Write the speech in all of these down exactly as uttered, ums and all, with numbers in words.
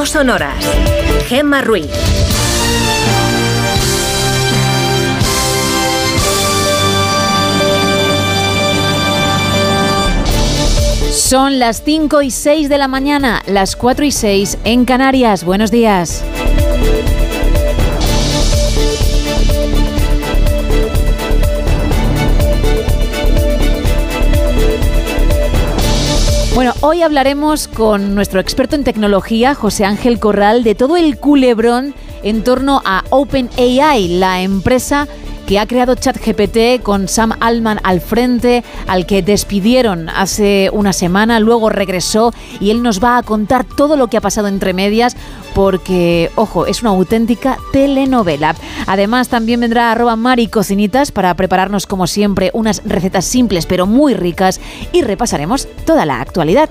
Dos sonoras. Gemma Ruiz. Son las cinco y seis de la mañana, las cuatro y seis en Canarias. Buenos días. Bueno, hoy hablaremos con nuestro experto en tecnología, José Ángel Corral, de todo el culebrón en torno a OpenAI, la empresa que ha creado ChatGPT con Sam Altman al frente, al que despidieron hace una semana, luego regresó y él nos va a contar todo lo que ha pasado entre medias porque, ojo, es una auténtica telenovela. Además, también vendrá arroba Mari Cocinitas para prepararnos, como siempre, unas recetas simples pero muy ricas y repasaremos toda la actualidad.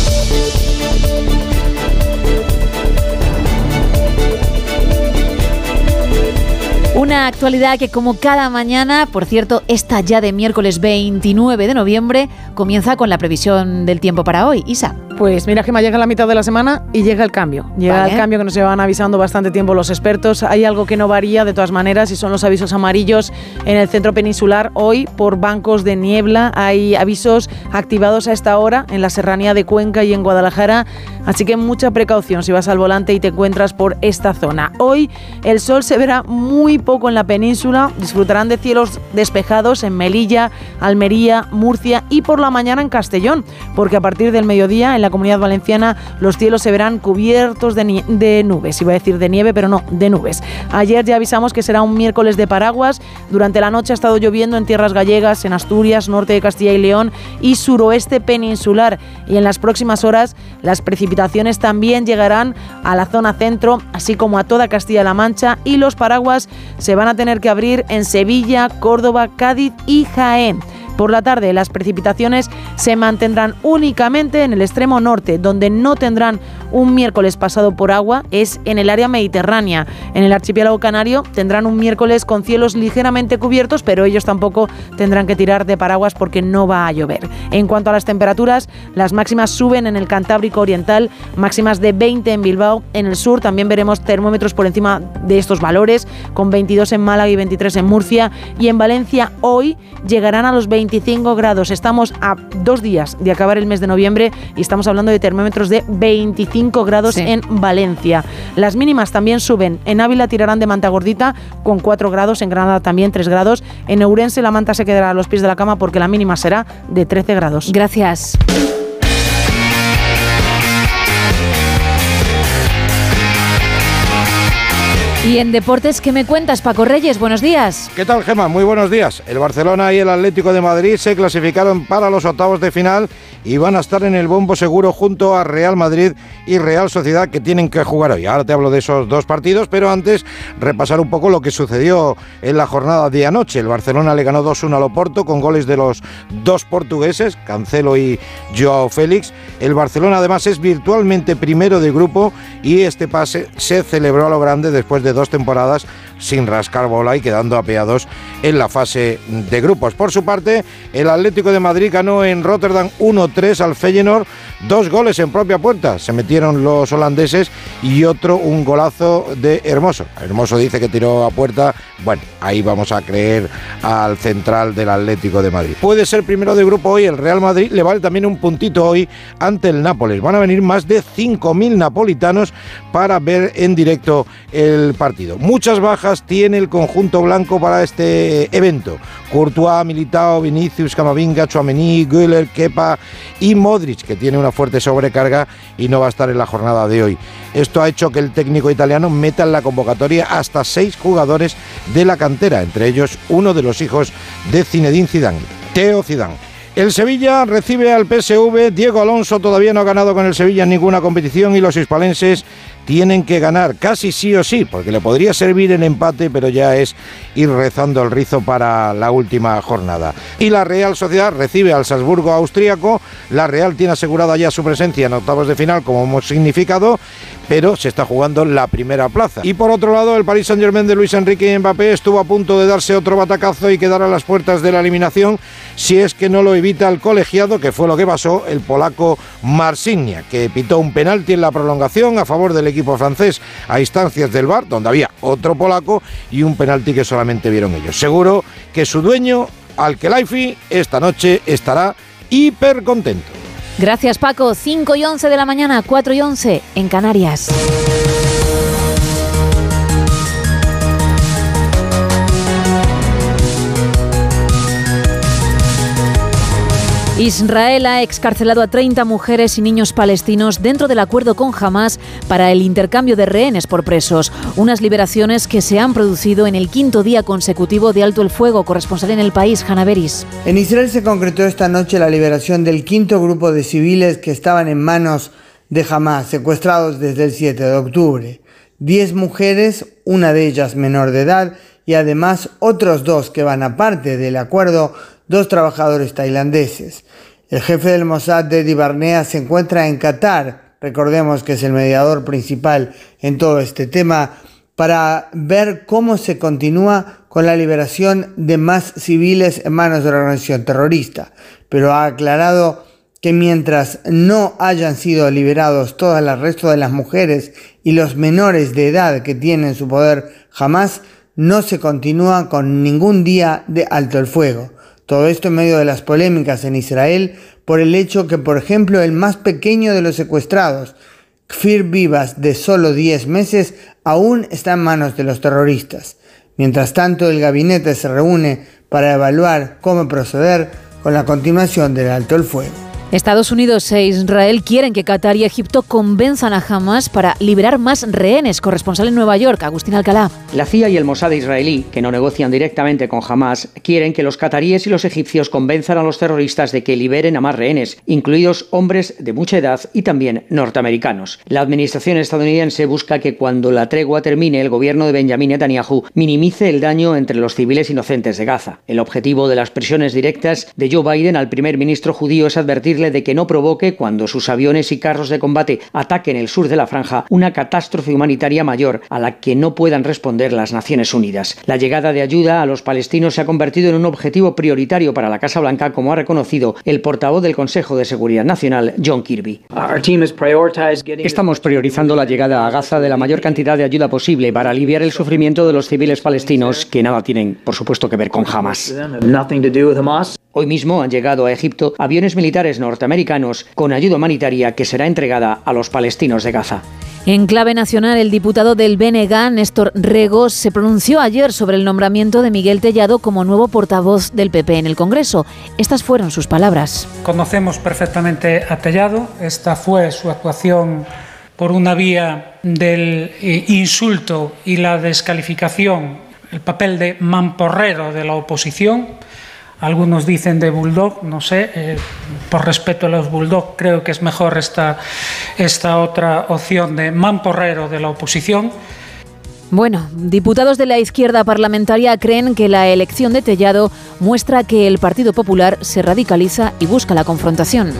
Una actualidad que, como cada mañana, por cierto, esta ya de miércoles veintinueve de noviembre, comienza con la previsión del tiempo para hoy. Isa. Pues mira, Gemma, llega la mitad de la semana y llega el cambio. Llega vale. el cambio que nos llevan avisando bastante tiempo los expertos. Hay algo que no varía de todas maneras y son los avisos amarillos en el centro peninsular. Hoy, por bancos de niebla, hay avisos activados a esta hora en la serranía de Cuenca y en Guadalajara. Así que mucha precaución si vas al volante y te encuentras por esta zona. Hoy el sol se verá muy poco en la península. Disfrutarán de cielos despejados en Melilla, Almería, Murcia y por la mañana en Castellón, porque a partir del mediodía en la Comunidad Valenciana los cielos se verán cubiertos de, ni- de nubes. Iba a decir de nieve, pero no, de nubes. Ayer ya avisamos que será un miércoles de paraguas. Durante la noche ha estado lloviendo en tierras gallegas, en Asturias, norte de Castilla y León y suroeste peninsular. Y en las próximas horas las precipitaciones también llegarán a la zona centro, así como a toda Castilla-La Mancha, y los paraguas se van a tener que abrir en Sevilla, Córdoba, Cádiz y Jaén. Por la tarde las precipitaciones se mantendrán únicamente en el extremo norte, donde no tendrán un miércoles pasado por agua, es en el área mediterránea. En el archipiélago canario tendrán un miércoles con cielos ligeramente cubiertos, pero ellos tampoco tendrán que tirar de paraguas porque no va a llover. En cuanto a las temperaturas, las máximas suben en el Cantábrico Oriental, máximas de veinte en Bilbao. En el sur también veremos termómetros por encima de estos valores, con veintidós en Málaga y veintitrés en Murcia. Y en Valencia hoy llegarán a los veinticinco grados. Estamos a dos días de acabar el mes de noviembre y estamos hablando de termómetros de veinticinco grados sí. en Valencia. Las mínimas también suben. En Ávila tirarán de manta gordita con cuatro grados, en Granada también tres grados. En Ourense la manta se quedará a los pies de la cama porque la mínima será de trece grados. Gracias. Y en deportes, ¿qué me cuentas, Paco Reyes? Buenos días. ¿Qué tal, Gemma? Muy buenos días. El Barcelona y el Atlético de Madrid se clasificaron para los octavos de final y van a estar en el bombo seguro junto a Real Madrid y Real Sociedad, que tienen que jugar hoy. Ahora te hablo de esos dos partidos, pero antes repasar un poco lo que sucedió en la jornada de anoche. El Barcelona le ganó dos uno al Oporto con goles de los dos portugueses, Cancelo y Joao Félix. El Barcelona además es virtualmente primero de grupo y este pase se celebró a lo grande después de dos temporadas sin rascar bola y quedando apeados en la fase de grupos. Por su parte, el Atlético de Madrid ganó en Rotterdam uno tres al Feyenoord, dos goles en propia puerta, se metieron los holandeses y otro un golazo de Hermoso. Hermoso dice que tiró a puerta, bueno, ahí vamos a creer al central del Atlético de Madrid. Puede ser primero de grupo hoy el Real Madrid, le vale también un puntito hoy ante el Nápoles. Van a venir más de cinco mil napolitanos para ver en directo el partido. Muchas bajas tiene el conjunto blanco para este evento. Courtois, Militao, Vinicius, Camavinga, Tchouaméni, Güler, Kepa y Modric, que tiene una fuerte sobrecarga y no va a estar en la jornada de hoy. Esto ha hecho que el técnico italiano meta en la convocatoria hasta seis jugadores de la cantera, entre ellos uno de los hijos de Zinedine Zidane, Theo Zidane. El Sevilla recibe al P S V. Diego Alonso todavía no ha ganado con el Sevilla en ninguna competición y los hispalenses tienen que ganar casi sí o sí, porque le podría servir el empate, pero ya es ir rezando el rizo para la última jornada. Y la Real Sociedad recibe al Salzburgo austríaco. La Real tiene asegurada ya su presencia en octavos de final, como hemos significado, pero se está jugando la primera plaza. Y por otro lado, el Paris Saint-Germain de Luis Enrique y Mbappé estuvo a punto de darse otro batacazo y quedar a las puertas de la eliminación, si es que no lo evita el colegiado, que fue lo que pasó el polaco Marciniak, que pitó un penalti en la prolongación a favor del equipo equipo francés a instancias del V A R, donde había otro polaco y un penalti que solamente vieron ellos. Seguro que su dueño, Al-Khelaifi, esta noche estará hiper contento. Gracias, Paco. cinco y once de la mañana, cuatro y once en Canarias. Israel ha excarcelado a treinta mujeres y niños palestinos dentro del acuerdo con Hamás para el intercambio de rehenes por presos. Unas liberaciones que se han producido en el quinto día consecutivo de alto el fuego. Corresponsal en el país, Hanna Beris. En Israel se concretó esta noche la liberación del quinto grupo de civiles que estaban en manos de Hamás, secuestrados desde el siete de octubre. Diez mujeres, una de ellas menor de edad, y además otros dos que van aparte del acuerdo, dos trabajadores tailandeses. El jefe del Mossad, Dedi Barnea, se encuentra en Qatar, recordemos que es el mediador principal en todo este tema, para ver cómo se continúa con la liberación de más civiles en manos de la organización terrorista. Pero ha aclarado que mientras no hayan sido liberados todo el resto de las mujeres y los menores de edad que tienen en su poder Hamás, no se continúa con ningún día de alto el fuego. Todo esto en medio de las polémicas en Israel por el hecho que, por ejemplo, el más pequeño de los secuestrados, Kfir Vivas, de solo diez meses, aún está en manos de los terroristas. Mientras tanto, el gabinete se reúne para evaluar cómo proceder con la continuación del alto el fuego. Estados Unidos e Israel quieren que Qatar y Egipto convenzan a Hamás para liberar más rehenes. Corresponsal en Nueva York, Agustín Alcalá. La C I A y el Mossad israelí, que no negocian directamente con Hamás, quieren que los cataríes y los egipcios convenzan a los terroristas de que liberen a más rehenes, incluidos hombres de mucha edad y también norteamericanos. La administración estadounidense busca que cuando la tregua termine, el gobierno de Benjamin Netanyahu minimice el daño entre los civiles inocentes de Gaza. El objetivo de las presiones directas de Joe Biden al primer ministro judío es advertir de que no provoque, cuando sus aviones y carros de combate ataquen el sur de la franja, una catástrofe humanitaria mayor a la que no puedan responder las Naciones Unidas. La llegada de ayuda a los palestinos se ha convertido en un objetivo prioritario para la Casa Blanca, como ha reconocido el portavoz del Consejo de Seguridad Nacional, John Kirby. Estamos priorizando la llegada a Gaza de la mayor cantidad de ayuda posible para aliviar el sufrimiento de los civiles palestinos, que nada tienen, por supuesto, que ver con Hamás. Hoy mismo han llegado a Egipto aviones militares norteamericanos con ayuda humanitaria que será entregada a los palestinos de Gaza. En clave nacional, el diputado del B N G, Néstor Rego, se pronunció ayer sobre el nombramiento de Miguel Tellado como nuevo portavoz del P P en el Congreso. Estas fueron sus palabras. Conocemos perfectamente a Tellado. Esta fue su actuación por una vía del eh, insulto y la descalificación, el papel de mamporrero de la oposición. Algunos dicen de bulldog, no sé, eh, por respeto a los bulldog creo que es mejor esta, esta otra opción de mamporrero de la oposición. Bueno, diputados de la izquierda parlamentaria creen que la elección de Tellado muestra que el Partido Popular se radicaliza y busca la confrontación.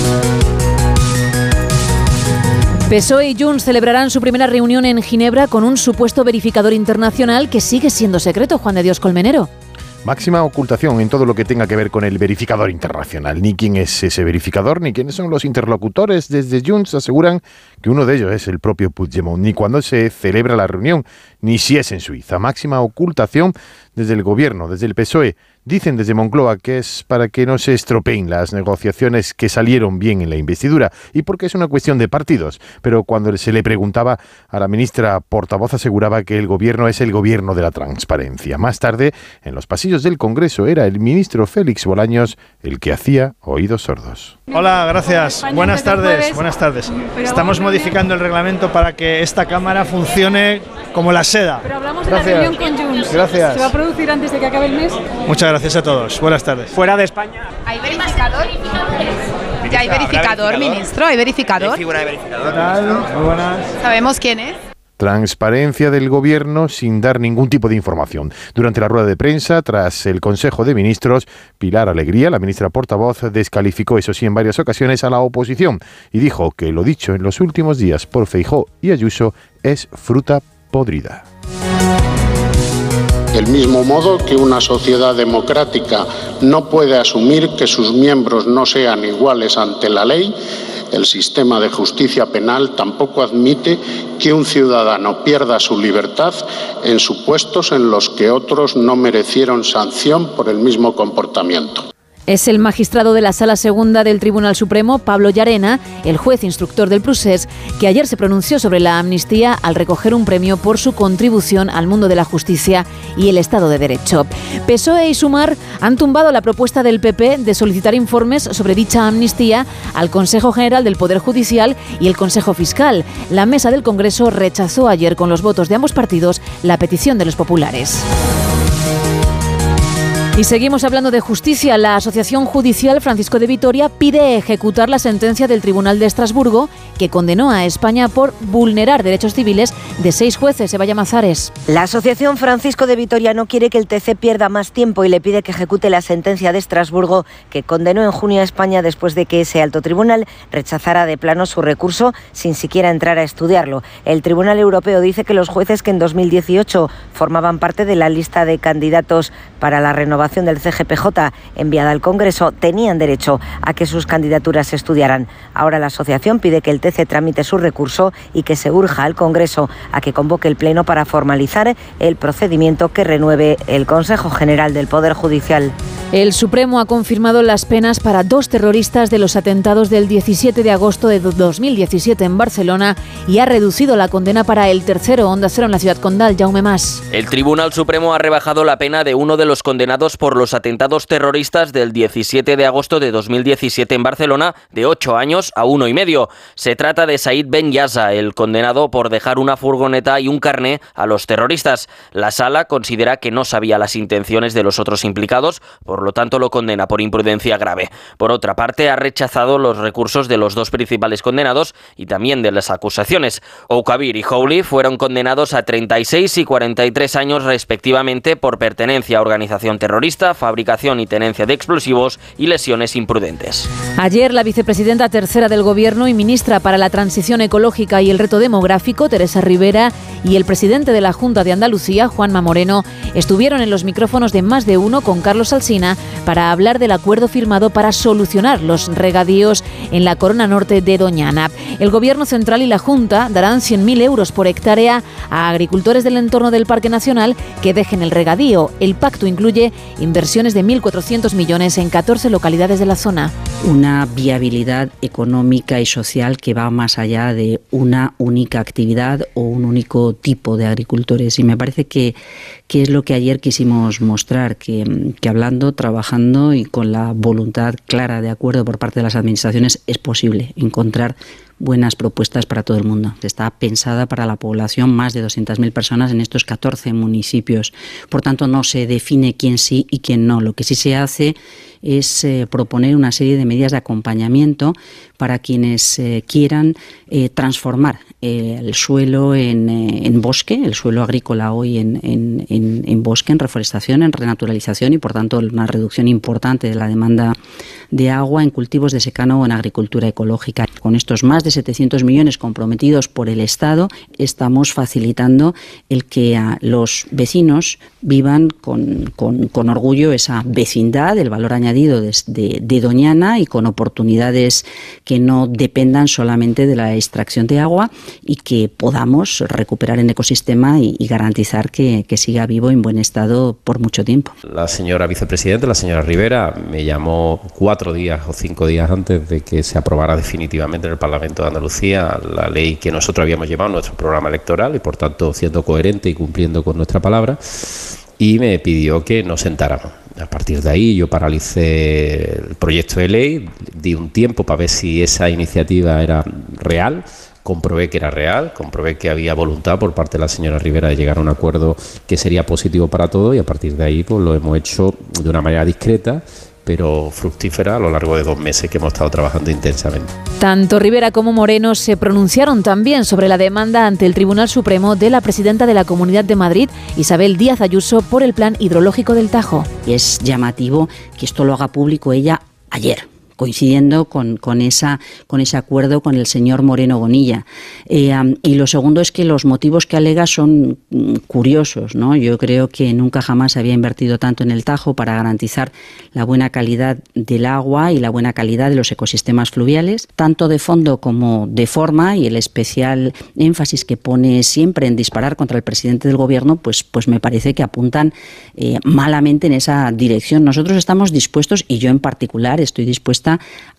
P S O E y Junts celebrarán su primera reunión en Ginebra con un supuesto verificador internacional que sigue siendo secreto, Juan de Dios Colmenero. Máxima ocultación en todo lo que tenga que ver con el verificador internacional. Ni quién es ese verificador, ni quiénes son los interlocutores. Desde Junts aseguran que uno de ellos es el propio Puigdemont. Ni cuándo se celebra la reunión, ni si es en Suiza. Máxima ocultación desde el gobierno, desde el P S O E. Dicen desde Moncloa que es para que no se estropeen las negociaciones que salieron bien en la investidura y porque es una cuestión de partidos. Pero cuando se le preguntaba a la ministra portavoz aseguraba que el gobierno es el gobierno de la transparencia. Más tarde, en los pasillos del Congreso, era el ministro Félix Bolaños el que hacía oídos sordos. Hola, gracias. Buenas tardes. Buenas tardes. Estamos modificando el reglamento para que esta Cámara funcione como la seda. Pero hablamos de la reunión con Junts. Gracias. ¿Se va a producir antes de que acabe el mes? Muchas gracias a todos. Buenas tardes. Fuera de España. ¿Hay verificador? ¿Ya hay verificador, ministro? ¿Hay verificador? ¿Hay figura de verificador? ¿Qué tal? Muy buenas. ¿Sabemos quién es? Transparencia del gobierno sin dar ningún tipo de información. Durante la rueda de prensa, tras el Consejo de Ministros, Pilar Alegría, la ministra portavoz, descalificó, eso sí, en varias ocasiones a la oposición y dijo que lo dicho en los últimos días por Feijóo y Ayuso es fruta podrida. Del mismo modo que una sociedad democrática no puede asumir que sus miembros no sean iguales ante la ley, El sistema de justicia penal tampoco admite que un ciudadano pierda su libertad en supuestos en los que otros no merecieron sanción por el mismo comportamiento. Es el magistrado de la Sala Segunda del Tribunal Supremo, Pablo Llarena, el juez instructor del Procés, que ayer se pronunció sobre la amnistía al recoger un premio por su contribución al mundo de la justicia y el Estado de Derecho. P S O E y Sumar han tumbado la propuesta del P P de solicitar informes sobre dicha amnistía al Consejo General del Poder Judicial y el Consejo Fiscal. La mesa del Congreso rechazó ayer con los votos de ambos partidos la petición de los populares. Y seguimos hablando de justicia. La Asociación Judicial Francisco de Vitoria pide ejecutar la sentencia del Tribunal de Estrasburgo que condenó a España por vulnerar derechos civiles de seis jueces. Eva Llamazares. La Asociación Francisco de Vitoria no quiere que el T C pierda más tiempo y le pide que ejecute la sentencia de Estrasburgo que condenó en junio a España después de que ese alto tribunal rechazara de plano su recurso sin siquiera entrar a estudiarlo. El Tribunal Europeo dice que los jueces que en dos mil dieciocho formaban parte de la lista de candidatos para la renovación del C G P J enviada al Congreso tenían derecho a que sus candidaturas se estudiaran. Ahora la asociación pide que el T C tramite su recurso y que se urja al Congreso a que convoque el Pleno para formalizar el procedimiento que renueve el Consejo General del Poder Judicial. El Supremo ha confirmado las penas para dos terroristas de los atentados del diecisiete de agosto de dos mil diecisiete en Barcelona y ha reducido la condena para el tercero. Onda Cero en la ciudad condal, Jaume Mas. El Tribunal Supremo ha rebajado la pena de uno de los condenados por los atentados terroristas del diecisiete de agosto de dos mil diecisiete en Barcelona de ocho años a uno y medio. Se trata de Said Ben Yasa, el condenado por dejar una furgoneta y un carné a los terroristas. La Sala considera que no sabía las intenciones de los otros implicados, por lo tanto lo condena por imprudencia grave. Por otra parte, ha rechazado los recursos de los dos principales condenados y también de las acusaciones. Oukabir y Howley fueron condenados a treinta y seis y cuarenta y tres años respectivamente por pertenencia a organización terrorista, fabricación y tenencia de explosivos y lesiones imprudentes. Ayer la vicepresidenta tercera del Gobierno y ministra para la Transición Ecológica y el Reto Demográfico, Teresa Rivera, y el presidente de la Junta de Andalucía, Juanma Moreno, estuvieron en los micrófonos de Más de Uno con Carlos Alsina para hablar del acuerdo firmado para solucionar los regadíos en la Corona Norte de Doñana. El Gobierno central y la Junta darán cien mil euros por hectárea a agricultores del entorno del Parque Nacional que dejen el regadío. El pacto incluye inversiones de mil cuatrocientos millones en catorce localidades de la zona. Una viabilidad económica y social que va más allá de una única actividad o un único tipo de agricultores. Y me parece que, que es lo que ayer quisimos mostrar, que, que hablando, trabajando y con la voluntad clara de acuerdo por parte de las administraciones es posible encontrar buenas propuestas para todo el mundo. Está pensada para la población, más de doscientas mil personas en estos catorce municipios. Por tanto, no se define quién sí y quién no. Lo que sí se hace es eh, proponer una serie de medidas de acompañamiento para quienes eh, quieran eh, transformar eh, el suelo en, eh, en bosque, el suelo agrícola hoy en, en, en, en bosque, en reforestación, en renaturalización y, por tanto, una reducción importante de la demanda de agua en cultivos de secano o en agricultura ecológica. Con estos más de setecientos millones comprometidos por el Estado, estamos facilitando el que a los vecinos vivan con, con, con orgullo esa vecindad, el valor añadido de, de, de Doñana y con oportunidades que no dependan solamente de la extracción de agua y que podamos recuperar el ecosistema y, y garantizar que, que siga vivo en buen estado por mucho tiempo. La señora vicepresidenta, la señora Rivera, me llamó cuatro días o cinco días antes de que se aprobara definitivamente en el Parlamento de Andalucía la ley que nosotros habíamos llevado en nuestro programa electoral y, por tanto, siendo coherente y cumpliendo con nuestra palabra, y me pidió que nos sentáramos. A partir de ahí yo paralicé el proyecto de ley, di un tiempo para ver si esa iniciativa era real, comprobé que era real, comprobé que había voluntad por parte de la señora Rivera de llegar a un acuerdo que sería positivo para todos y a partir de ahí pues lo hemos hecho de una manera discreta pero fructífera a lo largo de dos meses que hemos estado trabajando intensamente. Tanto Rivera como Moreno se pronunciaron también sobre la demanda ante el Tribunal Supremo de la presidenta de la Comunidad de Madrid, Isabel Díaz Ayuso, por el plan hidrológico del Tajo. Y es llamativo que esto lo haga público ella ayer, coincidiendo con, con, esa, con ese acuerdo con el señor Moreno Bonilla. Eh, um, y lo segundo es que los motivos que alega son mm, curiosos, ¿no? Yo creo que nunca jamás se había invertido tanto en el Tajo para garantizar la buena calidad del agua y la buena calidad de los ecosistemas fluviales, tanto de fondo como de forma, y el especial énfasis que pone siempre en disparar contra el presidente del gobierno, pues, pues me parece que apuntan eh, malamente en esa dirección. Nosotros estamos dispuestos, y yo en particular estoy dispuesta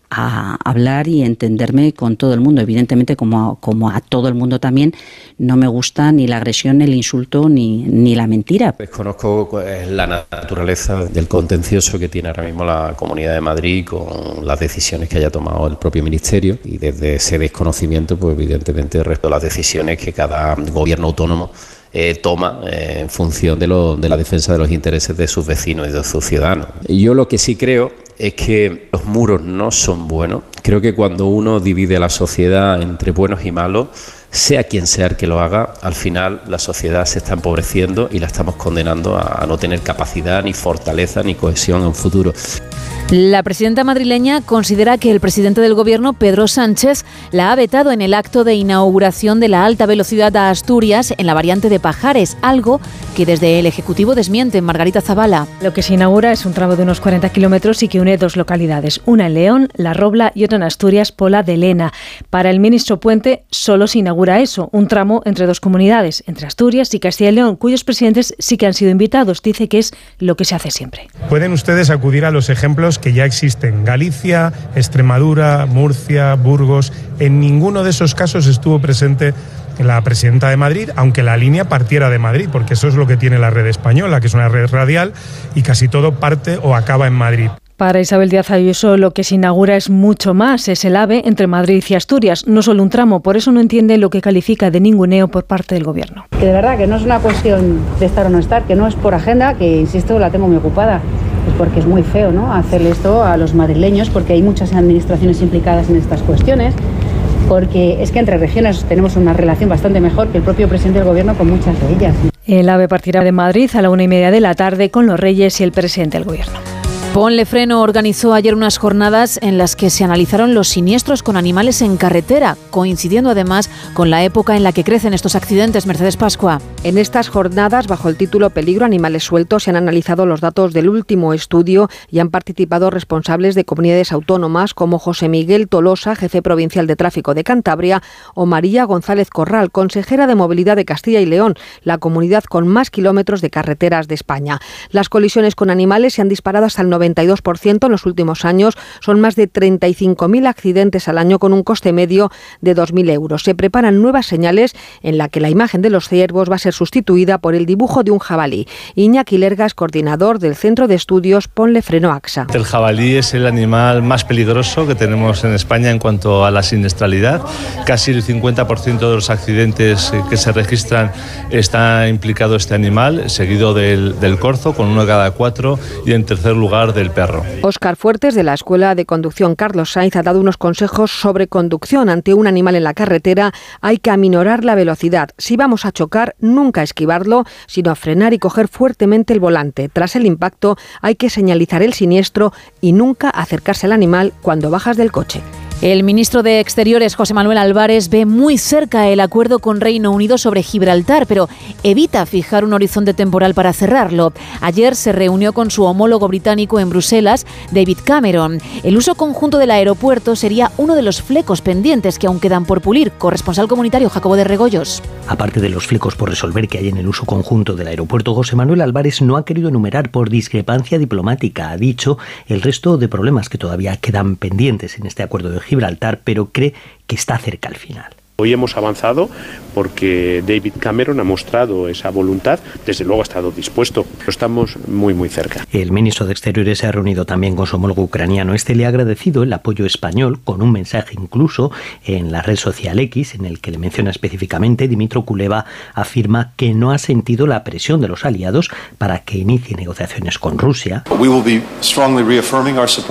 a hablar y entenderme con todo el mundo. Evidentemente, como a, como a todo el mundo también, no me gusta ni la agresión, ni el insulto, ni, ni la mentira. Desconozco la naturaleza del contencioso que tiene ahora mismo la Comunidad de Madrid con las decisiones que haya tomado el propio Ministerio, y desde ese desconocimiento, pues evidentemente respeto las decisiones que cada gobierno autónomo Eh, toma eh, en función de, lo, de la defensa de los intereses de sus vecinos y de sus ciudadanos. Y yo lo que sí creo es que los muros no son buenos. Creo que cuando uno divide a la sociedad entre buenos y malos, sea quien sea el que lo haga, al final la sociedad se está empobreciendo y la estamos condenando a, a no tener capacidad, ni fortaleza, ni cohesión en un futuro. La presidenta madrileña considera que el presidente del gobierno, Pedro Sánchez, la ha vetado en el acto de inauguración de la alta velocidad a Asturias en la variante de Pajares, algo que desde el Ejecutivo desmienten. Margarita Zavala. Lo que se inaugura es un tramo de unos cuarenta kilómetros y que une dos localidades, una en León, La Robla, y otra en Asturias, Pola de Lena. Para el ministro Puente solo se inaugura eso, un tramo entre dos comunidades, entre Asturias y Castilla y León, cuyos presidentes sí que han sido invitados. Dice que es lo que se hace siempre. Pueden ustedes acudir a los ejemplos que ya existen: Galicia, Extremadura, Murcia, Burgos. En ninguno de esos casos estuvo presente la presidenta de Madrid, aunque la línea partiera de Madrid, porque eso es lo que tiene la red española, que es una red radial, y casi todo parte o acaba en Madrid. Para Isabel Díaz Ayuso, lo que se inaugura es mucho más, es el AVE entre Madrid y Asturias, no solo un tramo. Por eso no entiende lo que califica de ninguneo por parte del gobierno. Que de verdad que no es una cuestión de estar o no estar, que no es por agenda, que insisto, la tengo muy ocupada. Pues porque es muy feo, ¿no?, hacerle esto a los madrileños, porque hay muchas administraciones implicadas en estas cuestiones, porque es que entre regiones tenemos una relación bastante mejor que el propio presidente del gobierno con muchas de ellas. El AVE partirá de Madrid a la una y media de la tarde con los Reyes y el presidente del gobierno. Ponle Freno organizó ayer unas jornadas en las que se analizaron los siniestros con animales en carretera, coincidiendo además con la época en la que crecen estos accidentes. Mercedes Pascua. En estas jornadas, bajo el título Peligro Animales Sueltos, se han analizado los datos del último estudio y han participado responsables de comunidades autónomas como José Miguel Tolosa, jefe provincial de tráfico de Cantabria, o María González Corral, consejera de Movilidad de Castilla y León, la comunidad con más kilómetros de carreteras de España. Las colisiones con animales se han disparado hasta el noventa y dos por ciento en los últimos años. Son más de treinta y cinco mil accidentes al año con un coste medio de dos mil euros. Se preparan nuevas señales en la que la imagen de los ciervos va a ser sustituida por el dibujo de un jabalí. Iñaki Lergas, coordinador del Centro de Estudios Ponle Freno AXA. El jabalí es el animal más peligroso que tenemos en España en cuanto a la siniestralidad. Casi el cincuenta por ciento de los accidentes que se registran está implicado este animal, seguido del, del corzo con uno de cada cuatro, y en tercer lugar del perro. Óscar Fuertes, de la Escuela de Conducción Carlos Sainz, ha dado unos consejos sobre conducción. Ante un animal en la carretera hay que aminorar la velocidad. Si vamos a chocar, nunca esquivarlo, sino frenar y coger fuertemente el volante. Tras el impacto hay que señalizar el siniestro y nunca acercarse al animal cuando bajas del coche. El ministro de Exteriores, José Manuel Álvarez, ve muy cerca el acuerdo con Reino Unido sobre Gibraltar, pero evita fijar un horizonte temporal para cerrarlo. Ayer se reunió con su homólogo británico en Bruselas, David Cameron. El uso conjunto del aeropuerto sería uno de los flecos pendientes que aún quedan por pulir. Corresponsal comunitario Jacobo de Regoyos. Aparte de los flecos por resolver que hay en el uso conjunto del aeropuerto, José Manuel Álvarez no ha querido enumerar por discrepancia diplomática. Ha dicho el resto de problemas que todavía quedan pendientes en este acuerdo de Gibraltar, pero cree que está cerca al final. Hoy hemos avanzado porque David Cameron ha mostrado esa voluntad, desde luego ha estado dispuesto, pero estamos muy muy cerca. El ministro de Exteriores se ha reunido también con su homólogo ucraniano. Este le ha agradecido el apoyo español, con un mensaje incluso en la red social X, en el que le menciona específicamente. Dimitro Kuleva afirma que no ha sentido la presión de los aliados para que inicie negociaciones con Rusia. We will be strongly reaffirming our support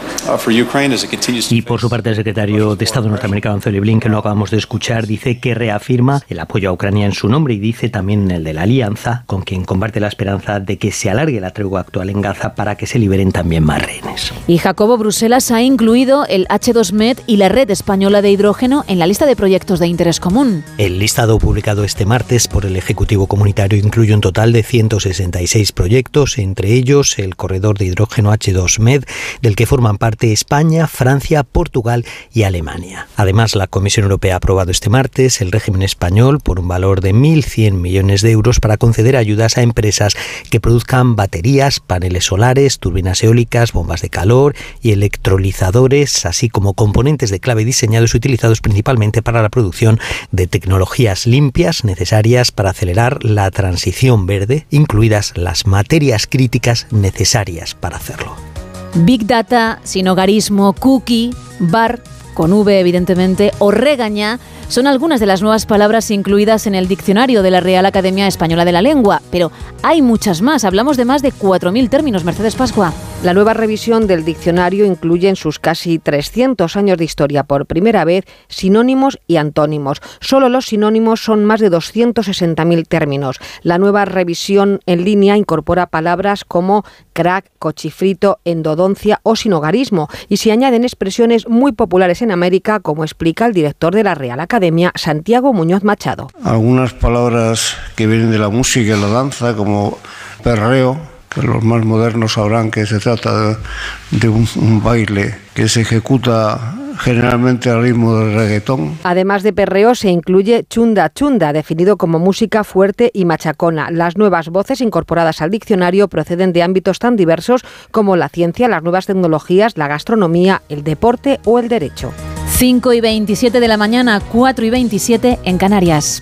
Y por su parte, el secretario de Estado norteamericano Anthony Blinken, lo acabamos de escuchar, dice que reafirma el apoyo a Ucrania en su nombre y dice también el de la alianza, con quien comparte la esperanza de que se alargue la tregua actual en Gaza para que se liberen también más rehenes. Y Jacobo, Bruselas ha incluido el H dos Med y la Red Española de Hidrógeno en la lista de proyectos de interés común. El listado publicado este martes por el Ejecutivo Comunitario incluye un total de ciento sesenta y seis proyectos, entre ellos el corredor de hidrógeno H dos Med, del que forman parte España, Francia, Portugal y Alemania. Además, la Comisión Europea ha aprobado este martes el régimen español por un valor de mil cien millones de euros para conceder ayudas a empresas que produzcan baterías, paneles solares, turbinas eólicas, bombas de calor y electrolizadores, así como componentes de clave diseñados y utilizados principalmente para la producción de tecnologías limpias necesarias para acelerar la transición verde, incluidas las materias críticas necesarias para hacerlo. Big Data, sinhogarismo, cookie, bar, con V evidentemente, o regaña, son algunas de las nuevas palabras incluidas en el diccionario de la Real Academia Española de la Lengua, pero hay muchas más, hablamos de más de cuatro mil términos. Mercedes Pascua. La nueva revisión del diccionario incluye en sus casi trescientos años de historia por primera vez sinónimos y antónimos. Solo los sinónimos son más de doscientos sesenta mil términos. La nueva revisión en línea incorpora palabras como crack, cochifrito, endodoncia o sinhogarismo y se añaden expresiones muy populares en América, como explica el director de la Real Academia, Santiago Muñoz Machado. Algunas palabras que vienen de la música y la danza, como perreo, que los más modernos sabrán que se trata de, de un, un baile que se ejecuta generalmente al ritmo del reggaetón. Además de perreo, se incluye chunda chunda, definido como música fuerte y machacona. Las nuevas voces incorporadas al diccionario proceden de ámbitos tan diversos como la ciencia, las nuevas tecnologías, la gastronomía, el deporte o el derecho. cinco y veintisiete de la mañana, cuatro y veintisiete en Canarias.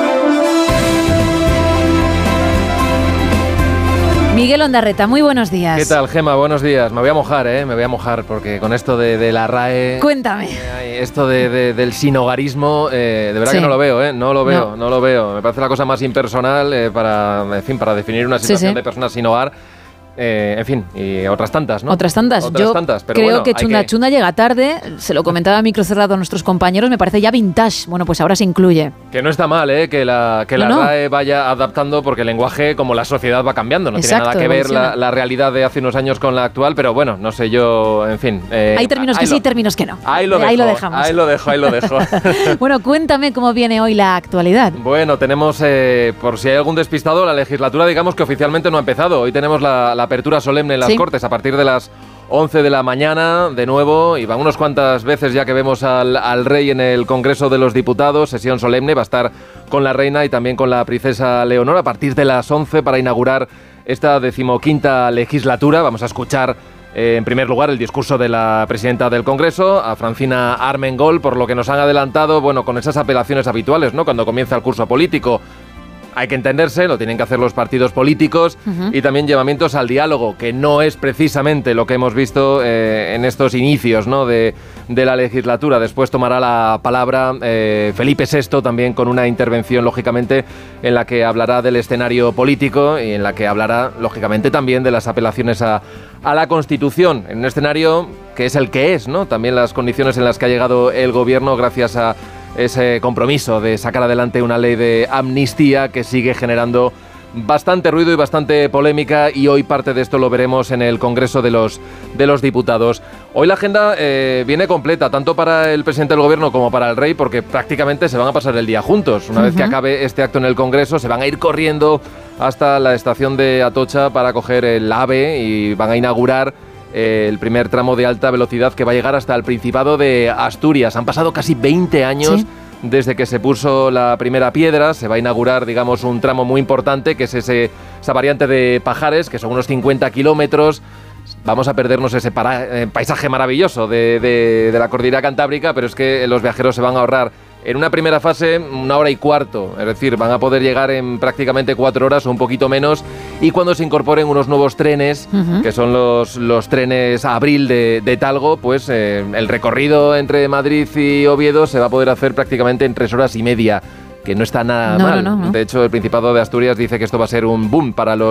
Miguel Ondarreta, muy buenos días. ¿Qué tal, Gema? Buenos días. Me voy a mojar, ¿eh? Me voy a mojar porque con esto de, de la R A E... Cuéntame. Eh, esto de, de, del sinhogarismo, eh, de verdad sí. que no lo veo, ¿eh? No lo veo, no, no lo veo. Me parece la cosa más impersonal eh, para, en fin, para definir una situación sí, sí. de personas sin hogar. Eh, en fin, y otras tantas, ¿no? Otras tantas. Otras Yo tantas, pero creo bueno, que Chunda que... Chunda llega tarde, se lo comentaba a micro cerrado a nuestros compañeros, me parece ya vintage. Bueno, pues ahora se incluye. Que no está mal, ¿eh? Que la, que no, la no. R A E vaya adaptando, porque el lenguaje, como la sociedad va cambiando, no Exacto, tiene nada que ver la, la realidad de hace unos años con la actual, pero bueno, no sé yo, en fin. Eh, hay términos que lo, sí, términos que no. Ahí lo, ahí dejo, lo dejamos. Ahí lo dejo, ahí lo dejo. Bueno, cuéntame cómo viene hoy la actualidad. Bueno, tenemos, eh, por si hay algún despistado, la legislatura, digamos que oficialmente no ha empezado. Hoy tenemos la, la apertura solemne en las sí. Cortes a partir de las once de la mañana, de nuevo, y van unas cuantas veces ya que vemos al, al rey en el Congreso de los Diputados, sesión solemne, va a estar con la reina y también con la princesa Leonor a partir de las once para inaugurar esta decimoquinta legislatura. Vamos a escuchar eh, en primer lugar el discurso de la presidenta del Congreso, a Francina Armengol, por lo que nos han adelantado, bueno, con esas apelaciones habituales, ¿no? Cuando comienza el curso político. Hay que entenderse, lo tienen que hacer los partidos políticos uh-huh. y también llamamientos al diálogo, que no es precisamente lo que hemos visto eh, en estos inicios, ¿no? de, de la legislatura. Después tomará la palabra eh, Felipe sexto, también con una intervención, lógicamente, en la que hablará del escenario político y en la que hablará, lógicamente, también de las apelaciones a, a la Constitución, en un escenario que es el que es, ¿no? También las condiciones en las que ha llegado el gobierno gracias a ese compromiso de sacar adelante una ley de amnistía que sigue generando bastante ruido y bastante polémica, y hoy parte de esto lo veremos en el Congreso de los, de los Diputados. Hoy la agenda eh, viene completa, tanto para el presidente del Gobierno como para el rey, porque prácticamente se van a pasar el día juntos. Una uh-huh. vez que acabe este acto en el Congreso, se van a ir corriendo hasta la estación de Atocha para coger el AVE y van a inaugurar Eh, el primer tramo de alta velocidad que va a llegar hasta el Principado de Asturias. Han pasado casi veinte años ¿Sí? desde que se puso la primera piedra. Se va a inaugurar, digamos, un tramo muy importante, que es ese, esa variante de Pajares, que son unos cincuenta kilómetros. Vamos a perdernos ese para, eh, paisaje maravilloso de, de, de la cordillera cantábrica, pero es que los viajeros se van a ahorrar en una primera fase una hora y cuarto, es decir, van a poder llegar en prácticamente cuatro horas o un poquito menos, y cuando se incorporen unos nuevos trenes, uh-huh. que son los, los trenes Abril de, de Talgo, pues eh, el recorrido entre Madrid y Oviedo se va a poder hacer prácticamente en tres horas y media, que no está nada no, mal. No, no, no. De hecho, el Principado de Asturias dice que esto va a ser un boom para los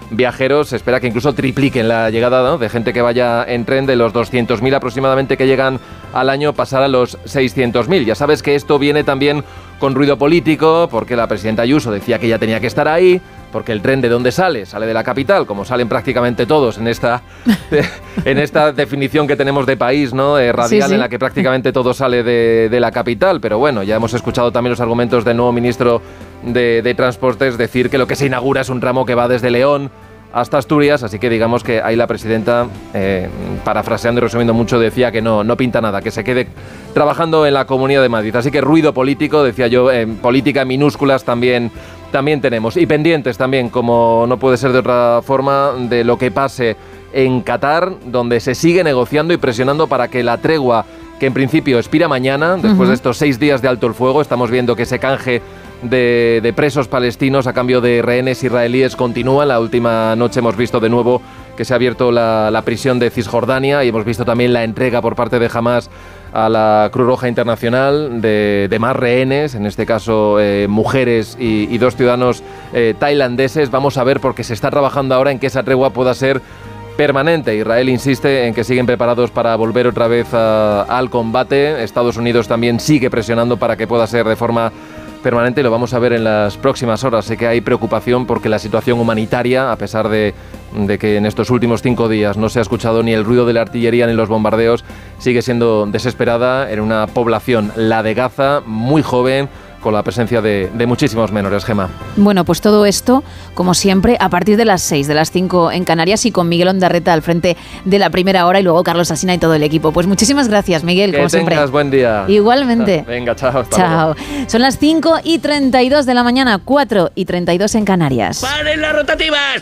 viajeros. Se espera que incluso tripliquen la llegada, ¿no?, de gente que vaya en tren, de los doscientos mil aproximadamente que llegan al año, pasar a los seiscientos mil. Ya sabes que esto viene también con ruido político, porque la presidenta Ayuso decía que ya tenía que estar ahí, porque el tren, ¿de dónde sale? Sale de la capital, como salen prácticamente todos en esta, en esta definición que tenemos de país, ¿no?, eh, radial, sí, sí. en la que prácticamente todo sale de, de la capital. Pero bueno, ya hemos escuchado también los argumentos del nuevo ministro de, de Transportes decir que lo que se inaugura es un tramo que va desde León hasta Asturias, así que digamos que ahí la presidenta, eh, parafraseando y resumiendo mucho, decía que no, no pinta nada, que se quede trabajando en la Comunidad de Madrid. Así que ruido político, decía yo, eh, política en minúsculas también, también tenemos. Y pendientes también, como no puede ser de otra forma, de lo que pase en Qatar, donde se sigue negociando y presionando para que la tregua, que en principio expira mañana, después uh-huh. de estos seis días de alto el fuego, estamos viendo que ese canje De, de presos palestinos a cambio de rehenes israelíes continúa. La última noche hemos visto de nuevo que se ha abierto la, la prisión de Cisjordania y hemos visto también la entrega por parte de Hamas a la Cruz Roja Internacional de, de más rehenes, en este caso eh, mujeres y, y dos ciudadanos eh, tailandeses. Vamos a ver, porque se está trabajando ahora en que esa tregua pueda ser permanente. Israel insiste en que siguen preparados para volver otra vez a, al combate. Estados Unidos también sigue presionando para que pueda ser de forma permanente, y lo vamos a ver en las próximas horas. Sé que hay preocupación porque la situación humanitaria, a pesar de, de que en estos últimos cinco días no se ha escuchado ni el ruido de la artillería ni los bombardeos, sigue siendo desesperada en una población, la de Gaza, muy joven, con la presencia de, de muchísimos menores. Gemma. Bueno, pues todo esto, como siempre, a partir de las seis, de las cinco en Canarias, y con Miguel Ondarreta al frente de la primera hora, y luego Carlos Asina y todo el equipo. Pues muchísimas gracias, Miguel, que como siempre. Que tengas buen día. Igualmente. Venga, chao. Hasta chao. Luego. Son las cinco y treinta y dos de la mañana, cuatro y treinta y dos en Canarias. ¡Paren las rotativas!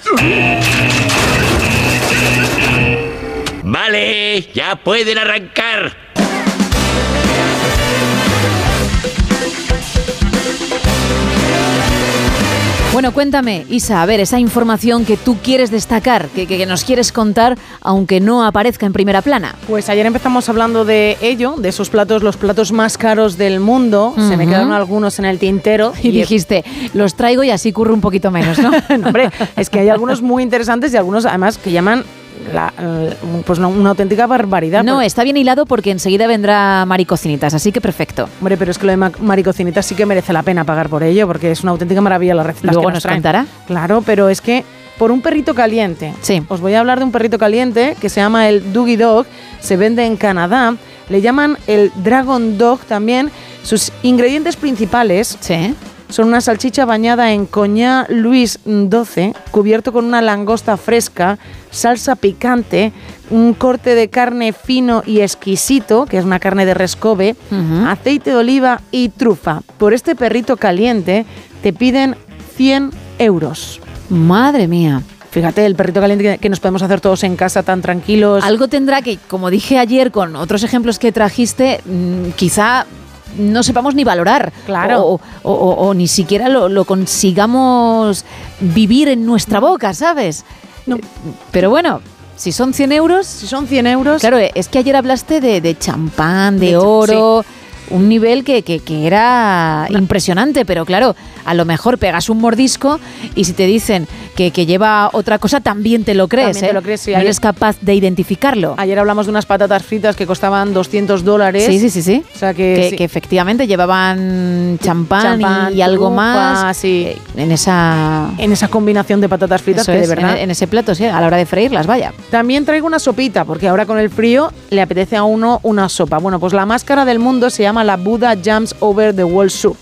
Vale, ya pueden arrancar. Bueno, cuéntame, Isa, a ver, esa información que tú quieres destacar, que, que, que nos quieres contar, aunque no aparezca en primera plana. Pues ayer empezamos hablando de ello, de esos platos, los platos más caros del mundo. Uh-huh. Se me quedaron algunos en el tintero. Y, y dijiste, los traigo y así curro un poquito menos, ¿no? No, hombre, es que hay algunos muy interesantes y algunos además que llaman La, pues una, una auténtica barbaridad. No, está bien hilado porque enseguida vendrá Maricocinitas, así que perfecto. Hombre, pero es que lo de Maricocinitas sí que merece la pena pagar por ello, porque es una auténtica maravilla la receta. Luego que nos, nos contará. Claro, pero es que por un perrito caliente. Sí. Os voy a hablar de un perrito caliente que se llama el Doogie Dog, se vende en Canadá, le llaman el Dragon Dog también. Sus ingredientes principales... Sí. Son una salchicha bañada en Coñac Luis doce, cubierto con una langosta fresca, salsa picante, un corte de carne fino y exquisito, que es una carne de res Kobe, uh-huh. aceite de oliva y trufa. Por este perrito caliente te piden cien euros. Madre mía. Fíjate, el perrito caliente que nos podemos hacer todos en casa tan tranquilos. Algo tendrá que, como dije ayer con otros ejemplos que trajiste, mmm, quizá... no sepamos ni valorar, claro. o, o, o, o ni siquiera lo, lo consigamos vivir en nuestra boca, ¿sabes? No. Pero bueno, si son cien euros... Si son cien euros... Claro, es que ayer hablaste de, de champán, de, de oro... Sí. Un nivel que, que, que era no. impresionante, pero claro, a lo mejor pegas un mordisco y si te dicen que, que lleva otra cosa, también te lo crees, también ¿eh? Te lo crees, sí. No eres capaz de identificarlo. Ayer hablamos de unas patatas fritas que costaban doscientos dólares. Sí, sí, sí, sí. O sea que, que, sí. que efectivamente llevaban champán, champán y, y algo trufa, más sí. en esa... En esa combinación de patatas fritas. Eso que es, de verdad... En, en ese plato, sí, a la hora de freírlas, vaya. También traigo una sopita, porque ahora con el frío le apetece a uno una sopa. Bueno, pues la más cara del mundo se llama la Buddha Jams Over the Wall Soup.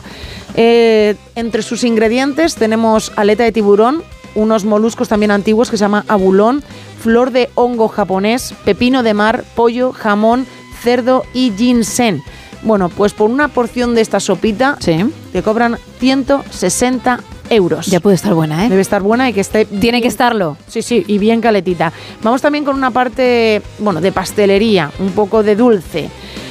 Eh, entre sus ingredientes tenemos aleta de tiburón, unos moluscos también antiguos que se llama abulón, flor de hongo japonés, pepino de mar, pollo, jamón, cerdo y ginseng. Bueno, pues por una porción de esta sopita sí. te cobran ciento sesenta euros. Ya puede estar buena, ¿eh? Debe estar buena y que esté... Tiene bien, que estarlo. Sí, sí, y bien caletita. Vamos también con una parte, bueno, de pastelería, un poco de dulce.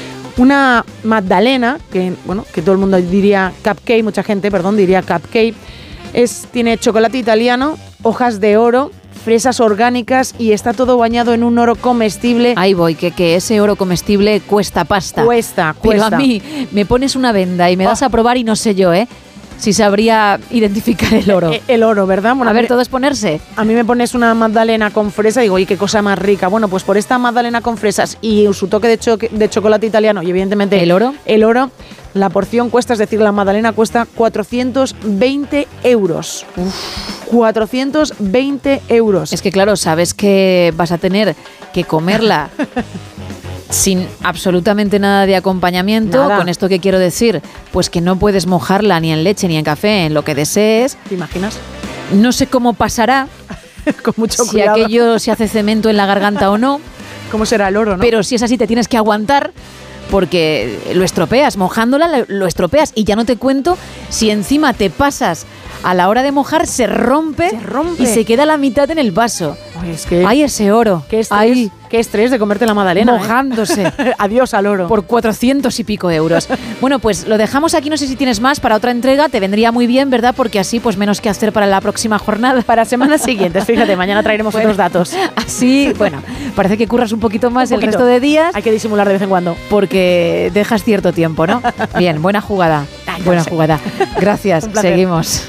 Una magdalena, que bueno, que todo el mundo diría cupcake, mucha gente, perdón, diría cupcake, es, tiene chocolate italiano, hojas de oro, fresas orgánicas y está todo bañado en un oro comestible. Ahí voy, que, que ese oro comestible cuesta pasta. Cuesta, cuesta. Pero a mí me pones una venda y me das oh. a probar y no sé yo, ¿eh? si sabría identificar el oro. El, el oro, ¿verdad? Bueno, a ver, todo es ponerse. A mí me pones una magdalena con fresa y digo, oye, qué cosa más rica. Bueno, pues por esta magdalena con fresas y su toque de, cho de chocolate italiano y evidentemente el oro, el oro, la porción cuesta, es decir, la magdalena cuesta cuatrocientos veinte euros. Uf. cuatrocientos veinte euros. Es que claro, sabes que vas a tener que comerla sin absolutamente nada de acompañamiento. Nada. ¿Con esto qué quiero decir? Pues que no puedes mojarla ni en leche ni en café, en lo que desees. ¿Te imaginas? No sé cómo pasará, con mucho si cuidado. aquello se hace cemento en la garganta o no. ¿Cómo será el oro, no? Pero si es así, te tienes que aguantar porque lo estropeas. Mojándola lo estropeas. Y ya no te cuento si encima te pasas a la hora de mojar, se rompe, se rompe. y se queda la mitad en el vaso. Ay, es que ¡ay, ese oro! ¡Qué estrés! Ay, ¡Qué estrés de comerte la magdalena! Mojándose. ¿eh? Adiós al oro. Por cuatrocientos y pico euros. Bueno, pues lo dejamos aquí. No sé si tienes más para otra entrega. Te vendría muy bien, ¿verdad? Porque así, pues menos que hacer para la próxima jornada. Para semanas siguientes. Fíjate, mañana traeremos bueno, otros datos. Así, bueno, parece que curras un poquito más un poquito. el resto de días. Hay que disimular de vez en cuando. Porque dejas cierto tiempo, ¿no? Bien, buena jugada. Ay, buena sé. jugada. Gracias. Seguimos.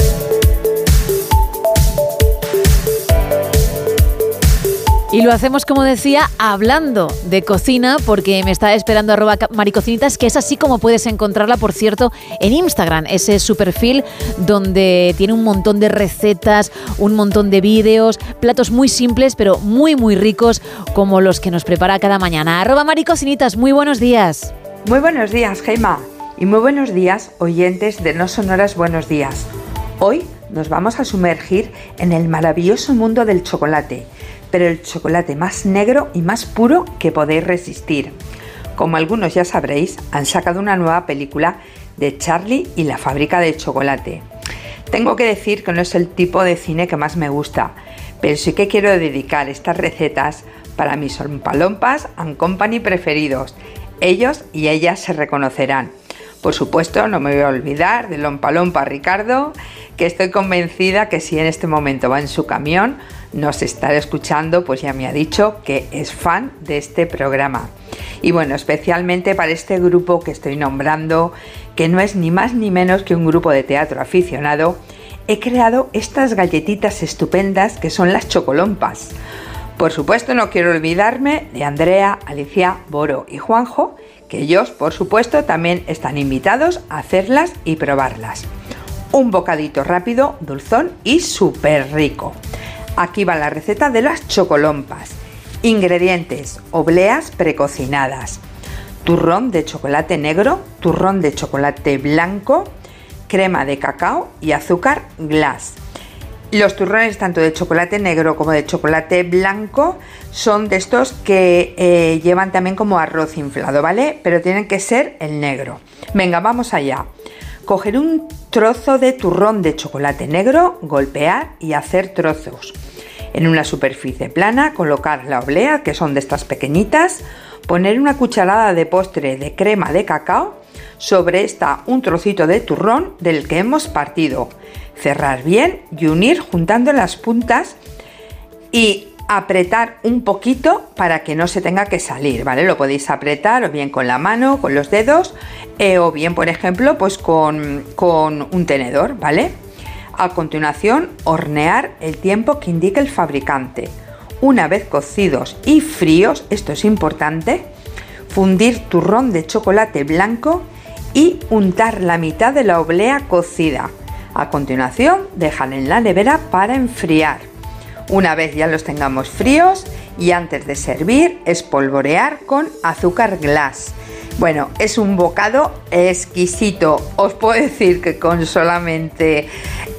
Y lo hacemos, como decía, hablando de cocina, porque me está esperando arroba maricocinitas, que es así como puedes encontrarla, por cierto, en Instagram. Ese es su perfil donde tiene un montón de recetas, un montón de vídeos, platos muy simples, pero muy, muy ricos, como los que nos prepara cada mañana. Arroba maricocinitas, muy buenos días. Muy buenos días, Gemma. Y muy buenos días, oyentes de No Sonoras Buenos Días. Hoy nos vamos a sumergir en el maravilloso mundo del chocolate, pero el chocolate más negro y más puro que podéis resistir. Como algunos ya sabréis, han sacado una nueva película de Charlie y la fábrica de chocolate. Tengo que decir que no es el tipo de cine que más me gusta, pero sí que quiero dedicar estas recetas para mis Ompalompas and Company preferidos. Ellos y ellas se reconocerán. Por supuesto, no me voy a olvidar del Ompalompa Ricardo, que estoy convencida que si en este momento va en su camión, nos estará escuchando, pues ya me ha dicho que es fan de este programa. Y bueno, especialmente para este grupo que estoy nombrando, que no es ni más ni menos que un grupo de teatro aficionado, he creado estas galletitas estupendas que son las chocolompas. Por supuesto, no quiero olvidarme de Andrea, Alicia, Boro y Juanjo, que ellos, por supuesto, también están invitados a hacerlas y probarlas. Un bocadito rápido, dulzón y súper rico. Aquí va la receta de las chocolompas. Ingredientes: obleas precocinadas, turrón de chocolate negro, turrón de chocolate blanco, crema de cacao y azúcar glass. Los turrones tanto de chocolate negro como de chocolate blanco son de estos que eh, llevan también como arroz inflado, ¿vale? Pero tienen que ser el negro. Venga, vamos allá. Coger un trozo de turrón de chocolate negro, golpear y hacer trozos. En una superficie plana colocar la oblea, que son de estas pequeñitas, poner una cucharada de postre de crema de cacao, sobre esta un trocito de turrón del que hemos partido. Cerrar bien y unir juntando las puntas y apretar un poquito para que no se tenga que salir, ¿vale? Lo podéis apretar o bien con la mano, con los dedos, eh, o bien, por ejemplo, pues con, con un tenedor, ¿vale? A continuación, hornear el tiempo que indique el fabricante. Una vez cocidos y fríos, esto es importante, fundir turrón de chocolate blanco y untar la mitad de la oblea cocida. A continuación, dejar en la nevera para enfriar. Una vez ya los tengamos fríos y antes de servir, espolvorear con azúcar glass. Bueno, es un bocado exquisito. Os puedo decir que con solamente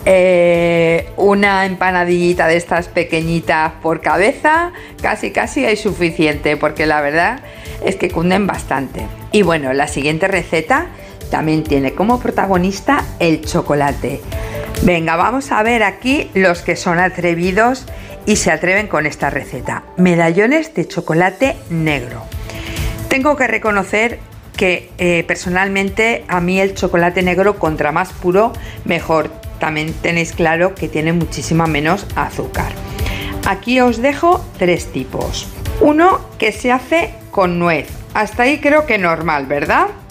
eh, una empanadillita de estas pequeñitas por cabeza, casi casi hay suficiente, porque la verdad es que cunden bastante. Y bueno, la siguiente receta también tiene como protagonista el chocolate. Venga, vamos a ver aquí los que son atrevidos y se atreven con esta receta. Medallones de chocolate negro. Tengo que reconocer que eh, personalmente a mí el chocolate negro, contra más puro mejor. También tenéis claro que tiene muchísima menos azúcar. Aquí os dejo tres tipos. Uno que se hace con nuez. Hasta ahí creo que normal, ¿verdad?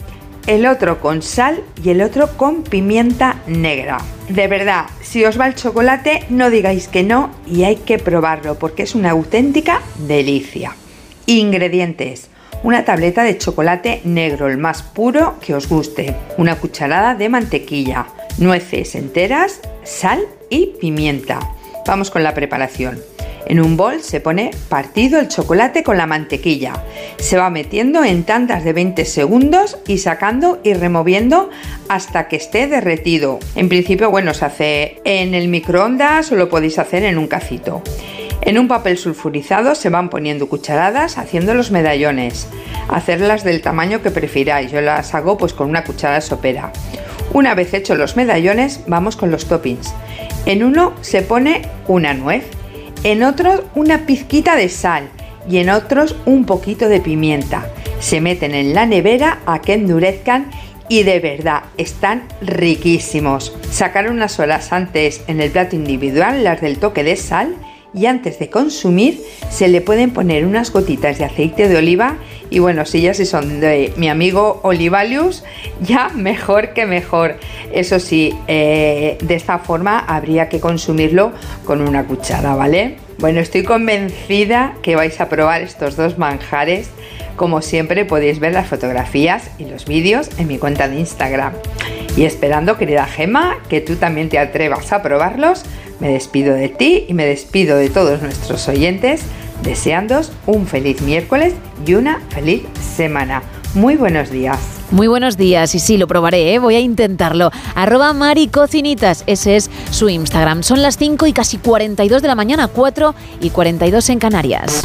el otro con sal y el otro con pimienta negra. De verdad, si os va el chocolate, no digáis que no y hay que probarlo porque es una auténtica delicia. Ingredientes: una tableta de chocolate negro, el más puro que os guste, una cucharada de mantequilla, nueces enteras, sal y pimienta. Vamos con la preparación. En un bol se pone partido el chocolate con la mantequilla. Se va metiendo en tandas de veinte segundos y sacando y removiendo hasta que esté derretido. En principio, bueno, se hace en el microondas o lo podéis hacer en un cacito. En un papel sulfurizado se van poniendo cucharadas haciendo los medallones. Hacerlas del tamaño que prefiráis. Yo las hago pues con una cuchara sopera. Una vez hechos los medallones, vamos con los toppings. En uno se pone una nuez, en otros una pizquita de sal y en otros un poquito de pimienta. Se meten en la nevera a que endurezcan y de verdad están riquísimos. Sacar unas horas antes en el plato individual las del toque de sal y antes de consumir se le pueden poner unas gotitas de aceite de oliva y bueno, si ya si son de mi amigo Olivalius, ya mejor que mejor. Eso sí, eh, de esta forma habría que consumirlo con una cuchara, ¿vale? Bueno, estoy convencida que vais a probar estos dos manjares. Como siempre podéis ver las fotografías y los vídeos en mi cuenta de Instagram. Y esperando, querida Gema, que tú también te atrevas a probarlos, me despido de ti y me despido de todos nuestros oyentes, deseándoos un feliz miércoles y una feliz semana. Muy buenos días. Muy buenos días, y sí, lo probaré, ¿eh? Voy a intentarlo. Arroba Mari Cocinitas, ese es su Instagram. Son las cinco y casi cuarenta y dos de la mañana, cuatro y cuarenta y dos en Canarias.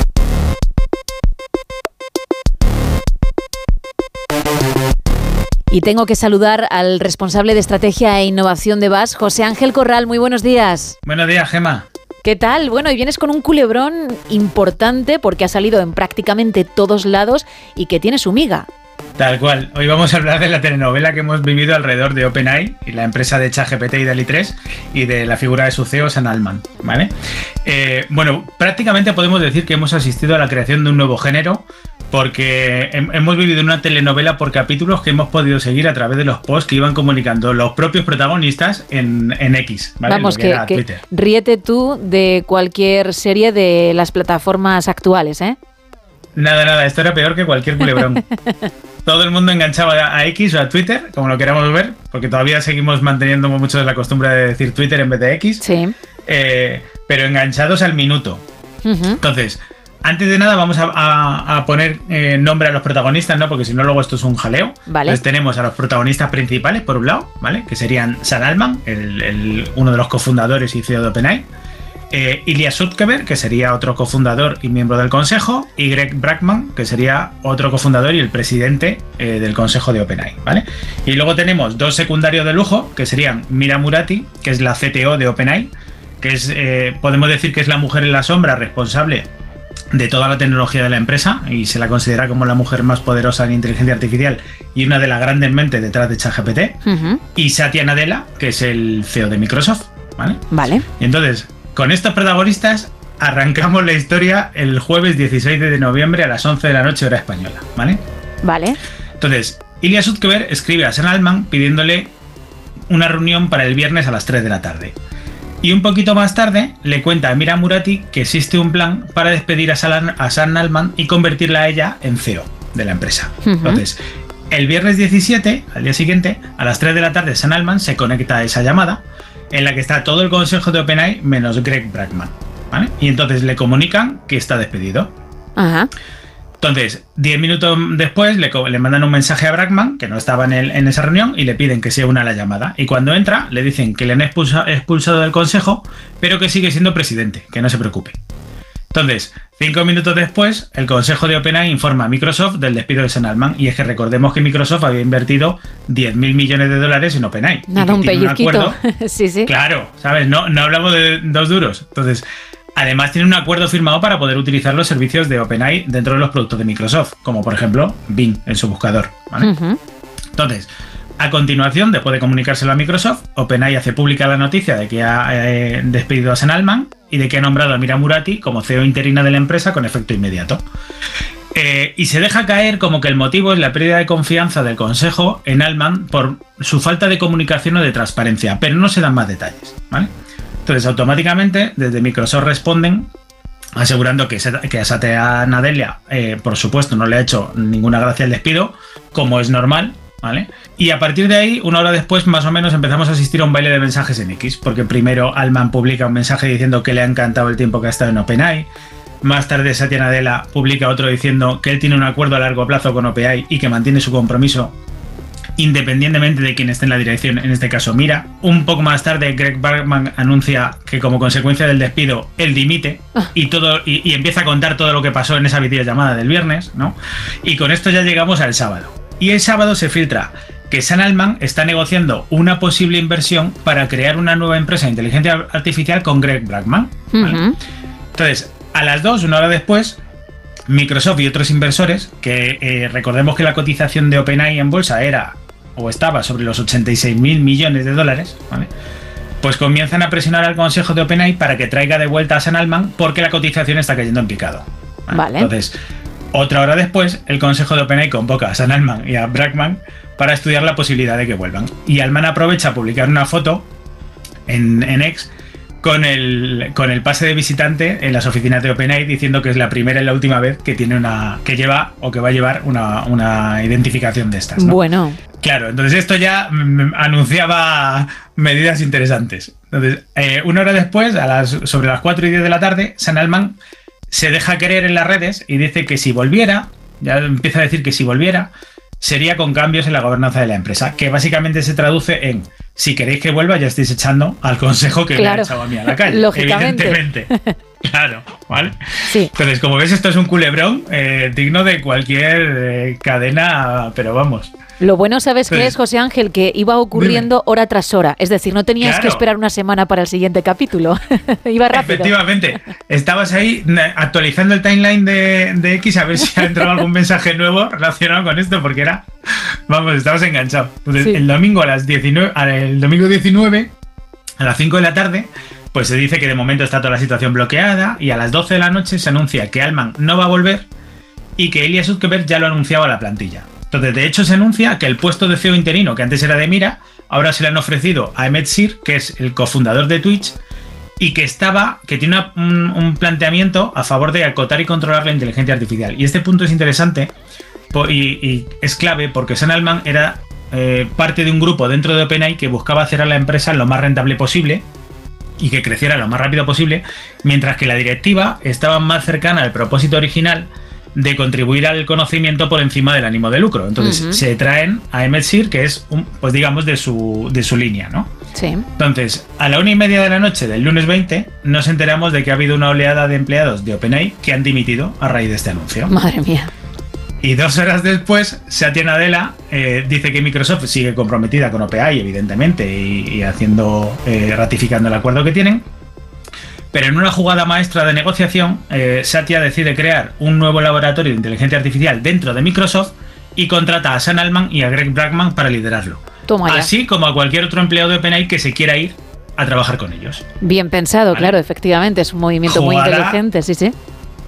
Y tengo que saludar al responsable de Estrategia e Innovación de B A S, José Ángel Corral. Muy buenos días. Buenos días, Gema. ¿Qué tal? Bueno, y vienes con un culebrón importante porque ha salido en prácticamente todos lados y que tiene su miga. Tal cual. Hoy vamos a hablar de la telenovela que hemos vivido alrededor de OpenAI y la empresa de ChatGPT y DALL-E tres y de la figura de su C E O, Sam Altman, ¿vale? Eh, bueno, prácticamente podemos decir que hemos asistido a la creación de un nuevo género porque hemos vivido una telenovela por capítulos que hemos podido seguir a través de los posts que iban comunicando los propios protagonistas en, en X, ¿vale? Vamos, que, que, que ríete tú de cualquier serie de las plataformas actuales, ¿eh? Nada, nada, esto era peor que cualquier culebrón. Todo el mundo enganchado a X o a Twitter, como lo queramos ver, porque todavía seguimos manteniendo mucho de la costumbre de decir Twitter en vez de X. Sí. Eh, pero enganchados al minuto. Uh-huh. Entonces, antes de nada vamos a, a, a poner eh, nombre a los protagonistas, ¿no? Porque si no, luego esto es un jaleo. Vale. Entonces tenemos a los protagonistas principales, por un lado, ¿vale? Que serían Sam Altman, el, el, uno de los cofundadores y C E O de OpenAI. Eh, Ilya Sutskever, que sería otro cofundador y miembro del consejo, y Greg Brockman, que sería otro cofundador y el presidente eh, del consejo de OpenAI, ¿vale? Y luego tenemos dos secundarios de lujo, que serían Mira Murati, que es la C T O de OpenAI, que es, eh, podemos decir que es la mujer en la sombra responsable de toda la tecnología de la empresa y se la considera como la mujer más poderosa en inteligencia artificial y una de las grandes mentes detrás de ChatGPT. Uh-huh. Y Satya Nadella, que es el C E O de Microsoft, ¿vale? Vale. Y entonces, con estos protagonistas arrancamos la historia el jueves dieciséis de noviembre a las once de la noche hora española, ¿vale? Vale. Entonces, Ilya Sutskever escribe a Sam Altman pidiéndole una reunión para el viernes a las tres de la tarde. Y un poquito más tarde le cuenta a Mira Murati que existe un plan para despedir a Sam, a Sam Altman y convertirla a ella en C E O de la empresa. Uh-huh. Entonces, el viernes diecisiete, al día siguiente, a las tres de la tarde, Sam Altman se conecta a esa llamada en la que está todo el consejo de OpenAI menos Greg Brockman, ¿vale? Y entonces le comunican que está despedido. Ajá. Entonces, diez minutos después le, le mandan un mensaje a Brockman, que no estaba en, el, en esa reunión, y le piden que se una a la llamada. Y cuando entra, le dicen que le han expulsa, expulsado del consejo, pero que sigue siendo presidente, que no se preocupe. Entonces, cinco minutos después, el consejo de OpenAI informa a Microsoft del despido de Sam Altman, y es que recordemos que Microsoft había invertido diez mil millones de dólares en OpenAI. Nada, un pellizquito. Un sí, sí. Claro, ¿sabes? No, no hablamos de dos duros. Entonces, además tiene un acuerdo firmado para poder utilizar los servicios de OpenAI dentro de los productos de Microsoft, como por ejemplo Bing en su buscador, ¿vale? Uh-huh. Entonces, a continuación, después de comunicárselo a Microsoft, OpenAI hace pública la noticia de que ha eh, despedido a Sam Altman y de que ha nombrado a Mira Murati como C E O interina de la empresa con efecto inmediato. Eh, y se deja caer como que el motivo es la pérdida de confianza del Consejo en Altman por su falta de comunicación o de transparencia, pero no se dan más detalles, ¿vale? Entonces, automáticamente, desde Microsoft responden asegurando que, que a Satya Nadella, eh, por supuesto, no le ha hecho ninguna gracia el despido, como es normal, ¿vale? Y a partir de ahí, una hora después, más o menos, empezamos a asistir a un baile de mensajes en X, porque primero Altman publica un mensaje diciendo que le ha encantado el tiempo que ha estado en OpenAI. Más tarde Satya Nadella publica otro diciendo que él tiene un acuerdo a largo plazo con OpenAI y que mantiene su compromiso independientemente de quién esté en la dirección, en este caso Mira. Un poco más tarde Greg Brockman anuncia que como consecuencia del despido él dimite y, todo, y, y empieza a contar todo lo que pasó en esa videollamada del viernes, ¿no? Y con esto ya llegamos al sábado. Y el sábado se filtra que Sam Altman está negociando una posible inversión para crear una nueva empresa de inteligencia artificial con Greg Brockman, ¿vale? Uh-huh. Entonces, a las dos, una hora después, Microsoft y otros inversores, que eh, recordemos que la cotización de OpenAI en bolsa era o estaba sobre los ochenta y seis mil millones de dólares, ¿vale? Pues comienzan a presionar al consejo de OpenAI para que traiga de vuelta a Sam Altman porque la cotización está cayendo en picado, ¿vale? Vale. Entonces, otra hora después, el consejo de OpenAI convoca a Sam Altman y a Brockman para estudiar la posibilidad de que vuelvan. Y Altman aprovecha a publicar una foto en, en X con el, con el pase de visitante en las oficinas de OpenAI diciendo que es la primera y la última vez que tiene una que lleva o que va a llevar una, una identificación de estas, ¿no? Bueno. Claro, entonces esto ya mm, anunciaba medidas interesantes. Entonces, eh, una hora después, a las, sobre las cuatro y diez de la tarde, Sam Altman se deja querer en las redes y dice que si volviera, ya empieza a decir que si volviera, sería con cambios en la gobernanza de la empresa, que básicamente se traduce en: si queréis que vuelva, ya estáis echando al consejo que claro. me ha echado a mí a la calle. Lógicamente. Evidentemente. Claro, ¿vale? Sí. Entonces, como ves, esto es un culebrón eh, digno de cualquier eh, cadena, pero vamos. Lo bueno, ¿sabes qué es, José Ángel? Que iba ocurriendo dime. hora tras hora. Es decir, no tenías claro. que esperar una semana para el siguiente capítulo. Iba rápido. Efectivamente. Estabas ahí actualizando el timeline de, de X a ver si ha entrado algún mensaje nuevo relacionado con esto, porque era... Vamos, estabas enganchado. Entonces, sí. el domingo a las diecinueve, el domingo diecinueve, a las cinco de la tarde, pues se dice que de momento está toda la situación bloqueada y a las doce de la noche se anuncia que Altman no va a volver y que Ilya Sutskever ya lo ha anunciado a la plantilla. Entonces, de hecho, se anuncia que el puesto de C E O interino, que antes era de Mira, ahora se le han ofrecido a Emmett Shear, que es el cofundador de Twitch, y que estaba, que tiene una, un, un planteamiento a favor de acotar y controlar la inteligencia artificial. Y este punto es interesante y, y es clave porque Sam Altman era eh, parte de un grupo dentro de OpenAI que buscaba hacer a la empresa lo más rentable posible y que creciera lo más rápido posible, mientras que la directiva estaba más cercana al propósito original de contribuir al conocimiento por encima del ánimo de lucro. Entonces uh-huh. se traen a Emmett Shear, que es, un, pues digamos, de su, de su línea, ¿no? Sí. Entonces, a la una y media de la noche del lunes veinte, nos enteramos de que ha habido una oleada de empleados de OpenAI que han dimitido a raíz de este anuncio. Madre mía. Y dos horas después, Satya Nadella eh, dice que Microsoft sigue comprometida con OpenAI, evidentemente, y, y haciendo, eh, ratificando el acuerdo que tienen. Pero en una jugada maestra de negociación, eh, Satya decide crear un nuevo laboratorio de inteligencia artificial dentro de Microsoft y contrata a Sam Altman y a Greg Brockman para liderarlo. Toma ya. Así como a cualquier otro empleado de OpenAI que se quiera ir a trabajar con ellos. Bien pensado, ¿vale? Claro, efectivamente, es un movimiento jugada muy inteligente, sí, sí.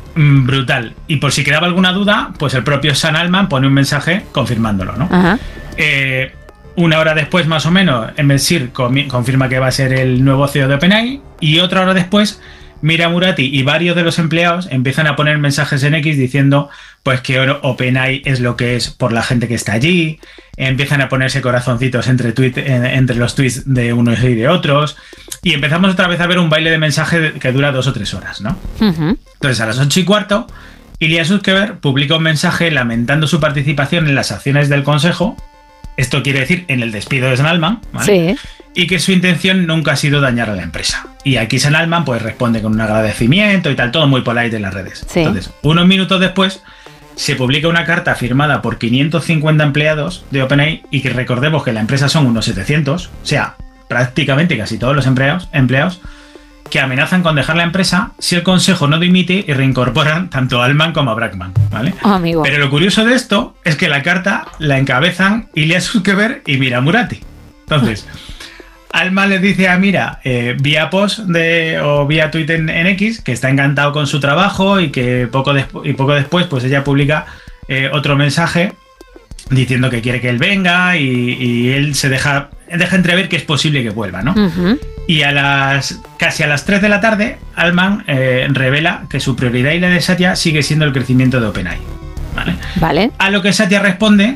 Brutal. Y por si quedaba alguna duda, pues el propio Sam Altman pone un mensaje confirmándolo, ¿no? Ajá. Eh, Una hora después, más o menos, Emmett Shear confirma que va a ser el nuevo C E O de OpenAI. Y otra hora después, Mira Murati y varios de los empleados empiezan a poner mensajes en X diciendo pues que OpenAI es lo que es por la gente que está allí. Empiezan a ponerse corazoncitos entre, tweet, entre los tweets de unos y de otros. Y empezamos otra vez a ver un baile de mensajes que dura dos o tres horas, ¿no? Uh-huh. Entonces, a las ocho y cuarto, Ilya Sutskever publica un mensaje lamentando su participación en las acciones del consejo. Esto quiere decir en el despido de Sam Altman, ¿vale? Sí. Y que su intención nunca ha sido dañar a la empresa. Y aquí Sam Altman pues responde con un agradecimiento y tal, todo muy polite en las redes. Sí. Entonces, unos minutos después se publica una carta firmada por quinientos cincuenta empleados de OpenAI y que recordemos que la empresa son unos setecientos, o sea, prácticamente casi todos los empleados, empleados que amenazan con dejar la empresa si el consejo no dimite y reincorporan tanto a Altman como a Brockman, ¿vale? Oh, amigo. Pero lo curioso de esto es que la carta la encabezan Ilya Sutskever y Mira Murati. Entonces, Alma le dice a Mira, eh, vía post de, o vía tweet en, en X, que está encantado con su trabajo y que poco, y poco después pues ella publica eh, otro mensaje diciendo que quiere que él venga y, y él se deja, deja entrever que es posible que vuelva, ¿no? Uh-huh. Y a las casi a las tres de la tarde, Altman eh, revela que su prioridad y la de Satya sigue siendo el crecimiento de OpenAI. ¿Vale? Vale. A lo que Satya responde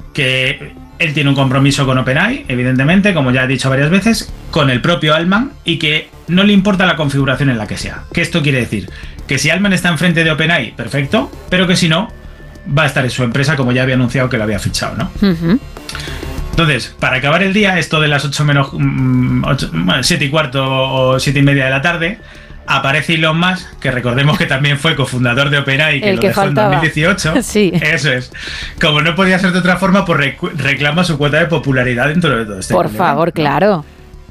que él tiene un compromiso con OpenAI, evidentemente, como ya he dicho varias veces, con el propio Altman y que no le importa la configuración en la que sea. ¿Qué esto quiere decir? Que si Altman está enfrente de OpenAI, perfecto, pero que si no, va a estar en su empresa, como ya había anunciado que lo había fichado, ¿no? Uh-huh. Entonces, para acabar el día, esto de las ocho menos siete y cuarto o siete y media de la tarde, aparece Elon Musk, que recordemos que también fue cofundador de OpenAI, que el lo que dejó faltaba. en dos mil dieciocho. Sí. Eso es. Como no podía ser de otra forma, pues recu- reclama su cuota de popularidad dentro de todo este Por problema, favor, ¿no? claro.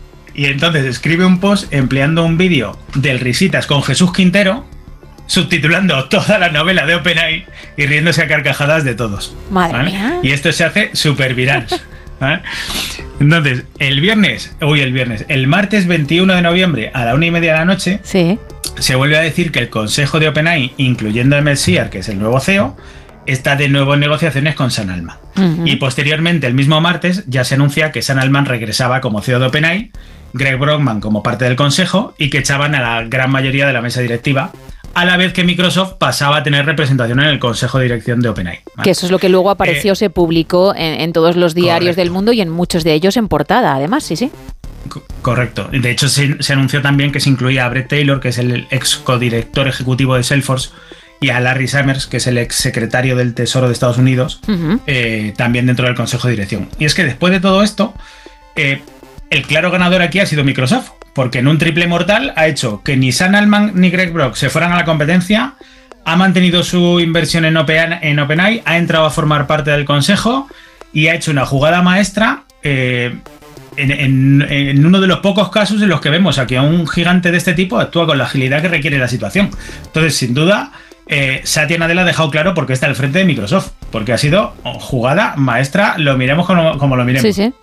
Y entonces escribe un post empleando un vídeo del Risitas con Jesús Quintero, subtitulando toda la novela de OpenAI y riéndose a carcajadas de todos. Madre ¿vale? mía. Y esto se hace súper viral. ¿vale? Entonces, el viernes, uy, el viernes, el martes veintiuno de noviembre a la una y media de la noche, sí. se vuelve a decir que el consejo de OpenAI, incluyendo a Emil Siar, que es el nuevo C E O, está de nuevo en negociaciones con Sam Altman. Uh-huh. Y posteriormente, el mismo martes, ya se anuncia que Sam Altman regresaba como C E O de OpenAI, Greg Brockman como parte del consejo y que echaban a la gran mayoría de la mesa directiva, a la vez que Microsoft pasaba a tener representación en el consejo de dirección de OpenAI. ¿Vale? Que eso es lo que luego apareció, eh, se publicó en, en todos los diarios correcto. del mundo y en muchos de ellos en portada, además, sí, sí. Correcto. De hecho, se, se anunció también que se incluía a Bret Taylor, que es el ex codirector ejecutivo de Salesforce, y a Larry Summers, que es el ex secretario del Tesoro de Estados Unidos, uh-huh. eh, también dentro del consejo de dirección. Y es que después de todo esto, eh, el claro ganador aquí ha sido Microsoft, porque en un triple mortal ha hecho que ni Sam Altman ni Greg Brock se fueran a la competencia, ha mantenido su inversión en, Open, en OpenAI, ha entrado a formar parte del consejo y ha hecho una jugada maestra eh, en, en, en uno de los pocos casos en los que vemos a que un gigante de este tipo actúa con la agilidad que requiere la situación. Entonces, sin duda, eh, Satya Nadella ha dejado claro por qué está al frente de Microsoft, porque ha sido jugada maestra, lo miremos como, como lo miremos. Sí, sí.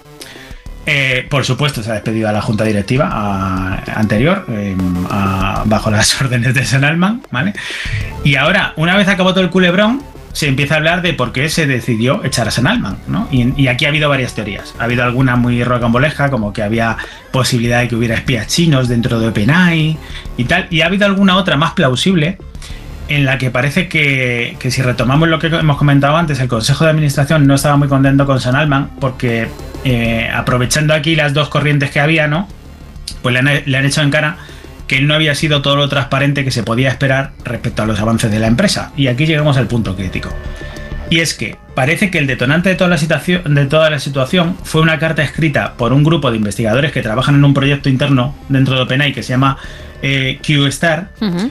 Eh, por supuesto, se ha despedido a la junta directiva a, anterior, eh, a, bajo las órdenes de Sam Altman, ¿vale? Y ahora, una vez acabó todo el culebrón, se empieza a hablar de por qué se decidió echar a Sam Altman, ¿no? Y, y aquí ha habido varias teorías. Ha habido alguna muy rocambolesca, como que había posibilidad de que hubiera espías chinos dentro de OpenAI y tal. Y ha habido alguna otra más plausible, en la que parece que, que si retomamos lo que hemos comentado antes, el Consejo de Administración no estaba muy contento con Sam Altman porque eh, aprovechando aquí las dos corrientes que había, ¿no? Pues le han, le han hecho en cara que él no había sido todo lo transparente que se podía esperar respecto a los avances de la empresa. Y aquí llegamos al punto crítico. Y es que parece que el detonante de toda la situación, de toda la situación fue una carta escrita por un grupo de investigadores que trabajan en un proyecto interno dentro de OpenAI que se llama eh, Q-Star, uh-huh.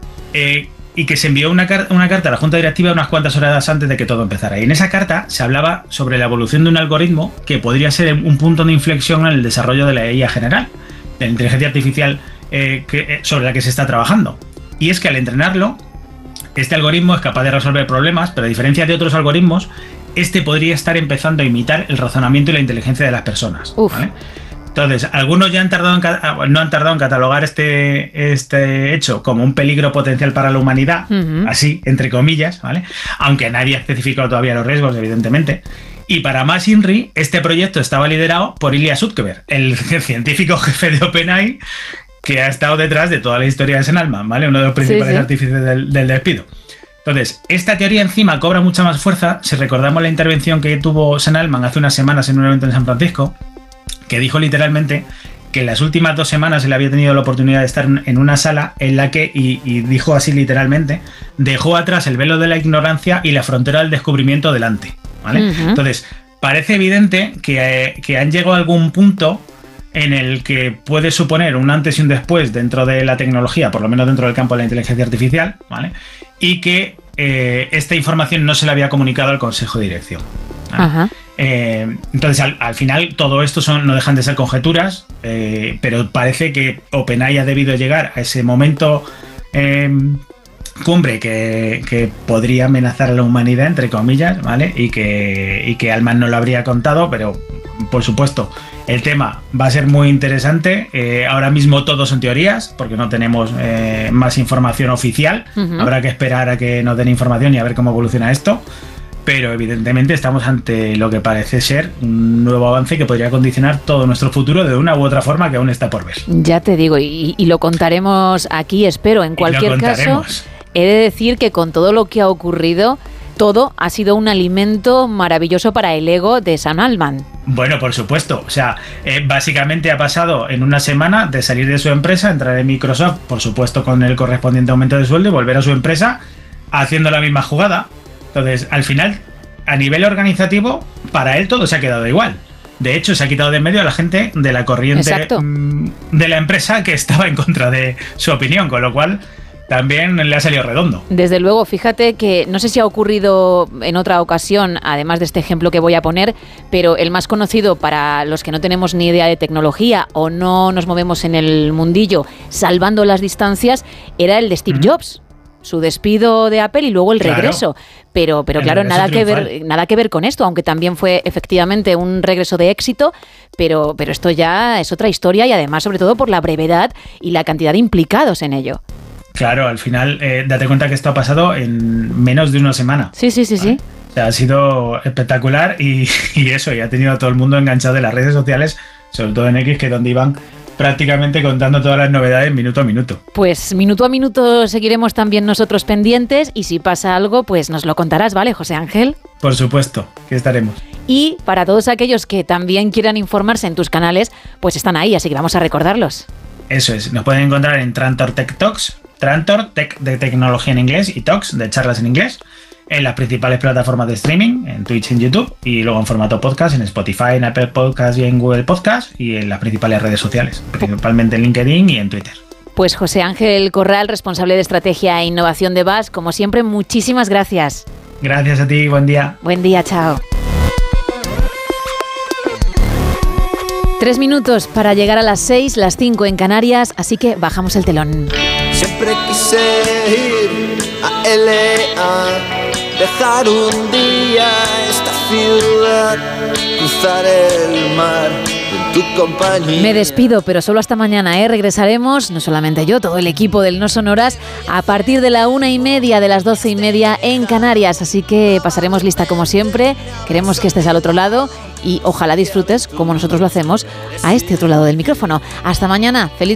eh, y que se envió una, car- una carta a la junta directiva unas cuantas horas antes de que todo empezara. Y en esa carta se hablaba sobre la evolución de un algoritmo que podría ser un punto de inflexión en el desarrollo de la I A general, de la inteligencia artificial eh, que, eh, sobre la que se está trabajando. Y es que al entrenarlo, este algoritmo es capaz de resolver problemas, pero a diferencia de otros algoritmos, este podría estar empezando a imitar el razonamiento y la inteligencia de las personas. ¿Vale? Entonces, algunos ya han tardado en, no han tardado en catalogar este, este hecho como un peligro potencial para la humanidad, uh-huh. así, entre comillas, ¿vale? Aunque nadie ha especificado todavía los riesgos, evidentemente. Y para más INRI, este proyecto estaba liderado por Ilya Sutskever, el científico jefe de OpenAI, que ha estado detrás de toda la historia de Sam Altman, ¿vale? Uno de los principales sí, sí. artífices del, del despido. Entonces, esta teoría encima cobra mucha más fuerza si recordamos la intervención que tuvo Sam Altman hace unas semanas en un evento en San Francisco, que dijo literalmente que en las últimas dos semanas él había tenido la oportunidad de estar en una sala en la que, y, y dijo así literalmente, dejó atrás el velo de la ignorancia y la frontera del descubrimiento delante, ¿vale? Uh-huh. Entonces, parece evidente que, que han llegado a algún punto en el que puede suponer un antes y un después dentro de la tecnología, por lo menos dentro del campo de la inteligencia artificial, ¿vale? Y que eh, esta información no se le había comunicado al Consejo de Dirección, ¿vale? Ajá. Eh, entonces al, al final todo esto son, no dejan de ser conjeturas, eh, pero parece que OpenAI ha debido llegar a ese momento eh, cumbre que, que podría amenazar a la humanidad, entre comillas, ¿vale? Y que, y que Altman no lo habría contado, pero por supuesto El tema va a ser muy interesante. Eh, ahora mismo todo son teorías, porque no tenemos eh, más información oficial. Uh-huh. Habrá que esperar a que nos den información y a ver cómo evoluciona esto. Pero evidentemente estamos ante lo que parece ser un nuevo avance que podría condicionar todo nuestro futuro de una u otra forma que aún está por ver. Ya te digo, y, y lo contaremos aquí, espero. En cualquier caso, he de decir que con todo lo que ha ocurrido, todo ha sido un alimento maravilloso para el ego de Sam Altman. Bueno, por supuesto. O sea, eh, básicamente ha pasado en una semana de salir de su empresa, entrar en Microsoft, por supuesto con el correspondiente aumento de sueldo, y volver a su empresa haciendo la misma jugada. Entonces, al final, a nivel organizativo, para él todo se ha quedado igual. De hecho, se ha quitado de en medio a la gente de la corriente mmm, de la empresa que estaba en contra de su opinión, con lo cual también le ha salido redondo. Desde luego, fíjate que no sé si ha ocurrido en otra ocasión, además de este ejemplo que voy a poner, pero el más conocido para los que no tenemos ni idea de tecnología o no nos movemos en el mundillo salvando las distancias, era el de Steve mm. Jobs. Su despido de Apple y luego el claro. regreso. Pero, pero claro, nada que ver, nada que ver con esto, aunque también fue efectivamente un regreso de éxito, pero, pero esto ya es otra historia y además, sobre todo, por la brevedad y la cantidad de implicados en ello. Claro, al final, eh, date cuenta que esto ha pasado en menos de una semana. Sí, sí, sí, sí. O sea, ha sido espectacular y, y eso, y ha tenido a todo el mundo enganchado en las redes sociales, sobre todo en X, que es donde iban prácticamente contando todas las novedades minuto a minuto. Pues minuto a minuto seguiremos también nosotros pendientes y si pasa algo, pues nos lo contarás, ¿vale, José Ángel? Por supuesto, que estaremos. Y para todos aquellos que también quieran informarse en tus canales, pues están ahí, así que vamos a recordarlos. Eso es, nos pueden encontrar en Trantor Tech Talks, Trantor Tech de tecnología en inglés y Talks de charlas en inglés, en las principales plataformas de streaming, en Twitch y en YouTube, y luego en formato podcast, en Spotify, en Apple Podcast y en Google Podcast, y en las principales redes sociales, principalmente en LinkedIn y en Twitter. Pues José Ángel Corral, responsable de Estrategia e Innovación de B A S, como siempre, muchísimas gracias. Gracias a ti, buen día. Buen día, chao. Tres minutos para llegar a las seis, las cinco en Canarias, así que bajamos el telón. Siempre quise ir a L A, dejar un día esta ciudad, cruzar el mar en tu compañía. Me despido, pero solo hasta mañana, ¿eh? Regresaremos, no solamente yo, todo el equipo del No Sonoras, a partir de la una y media, de las doce y media en Canarias, así que pasaremos lista como siempre, queremos que estés al otro lado y ojalá disfrutes, como nosotros lo hacemos, a este otro lado del micrófono. Hasta mañana, feliz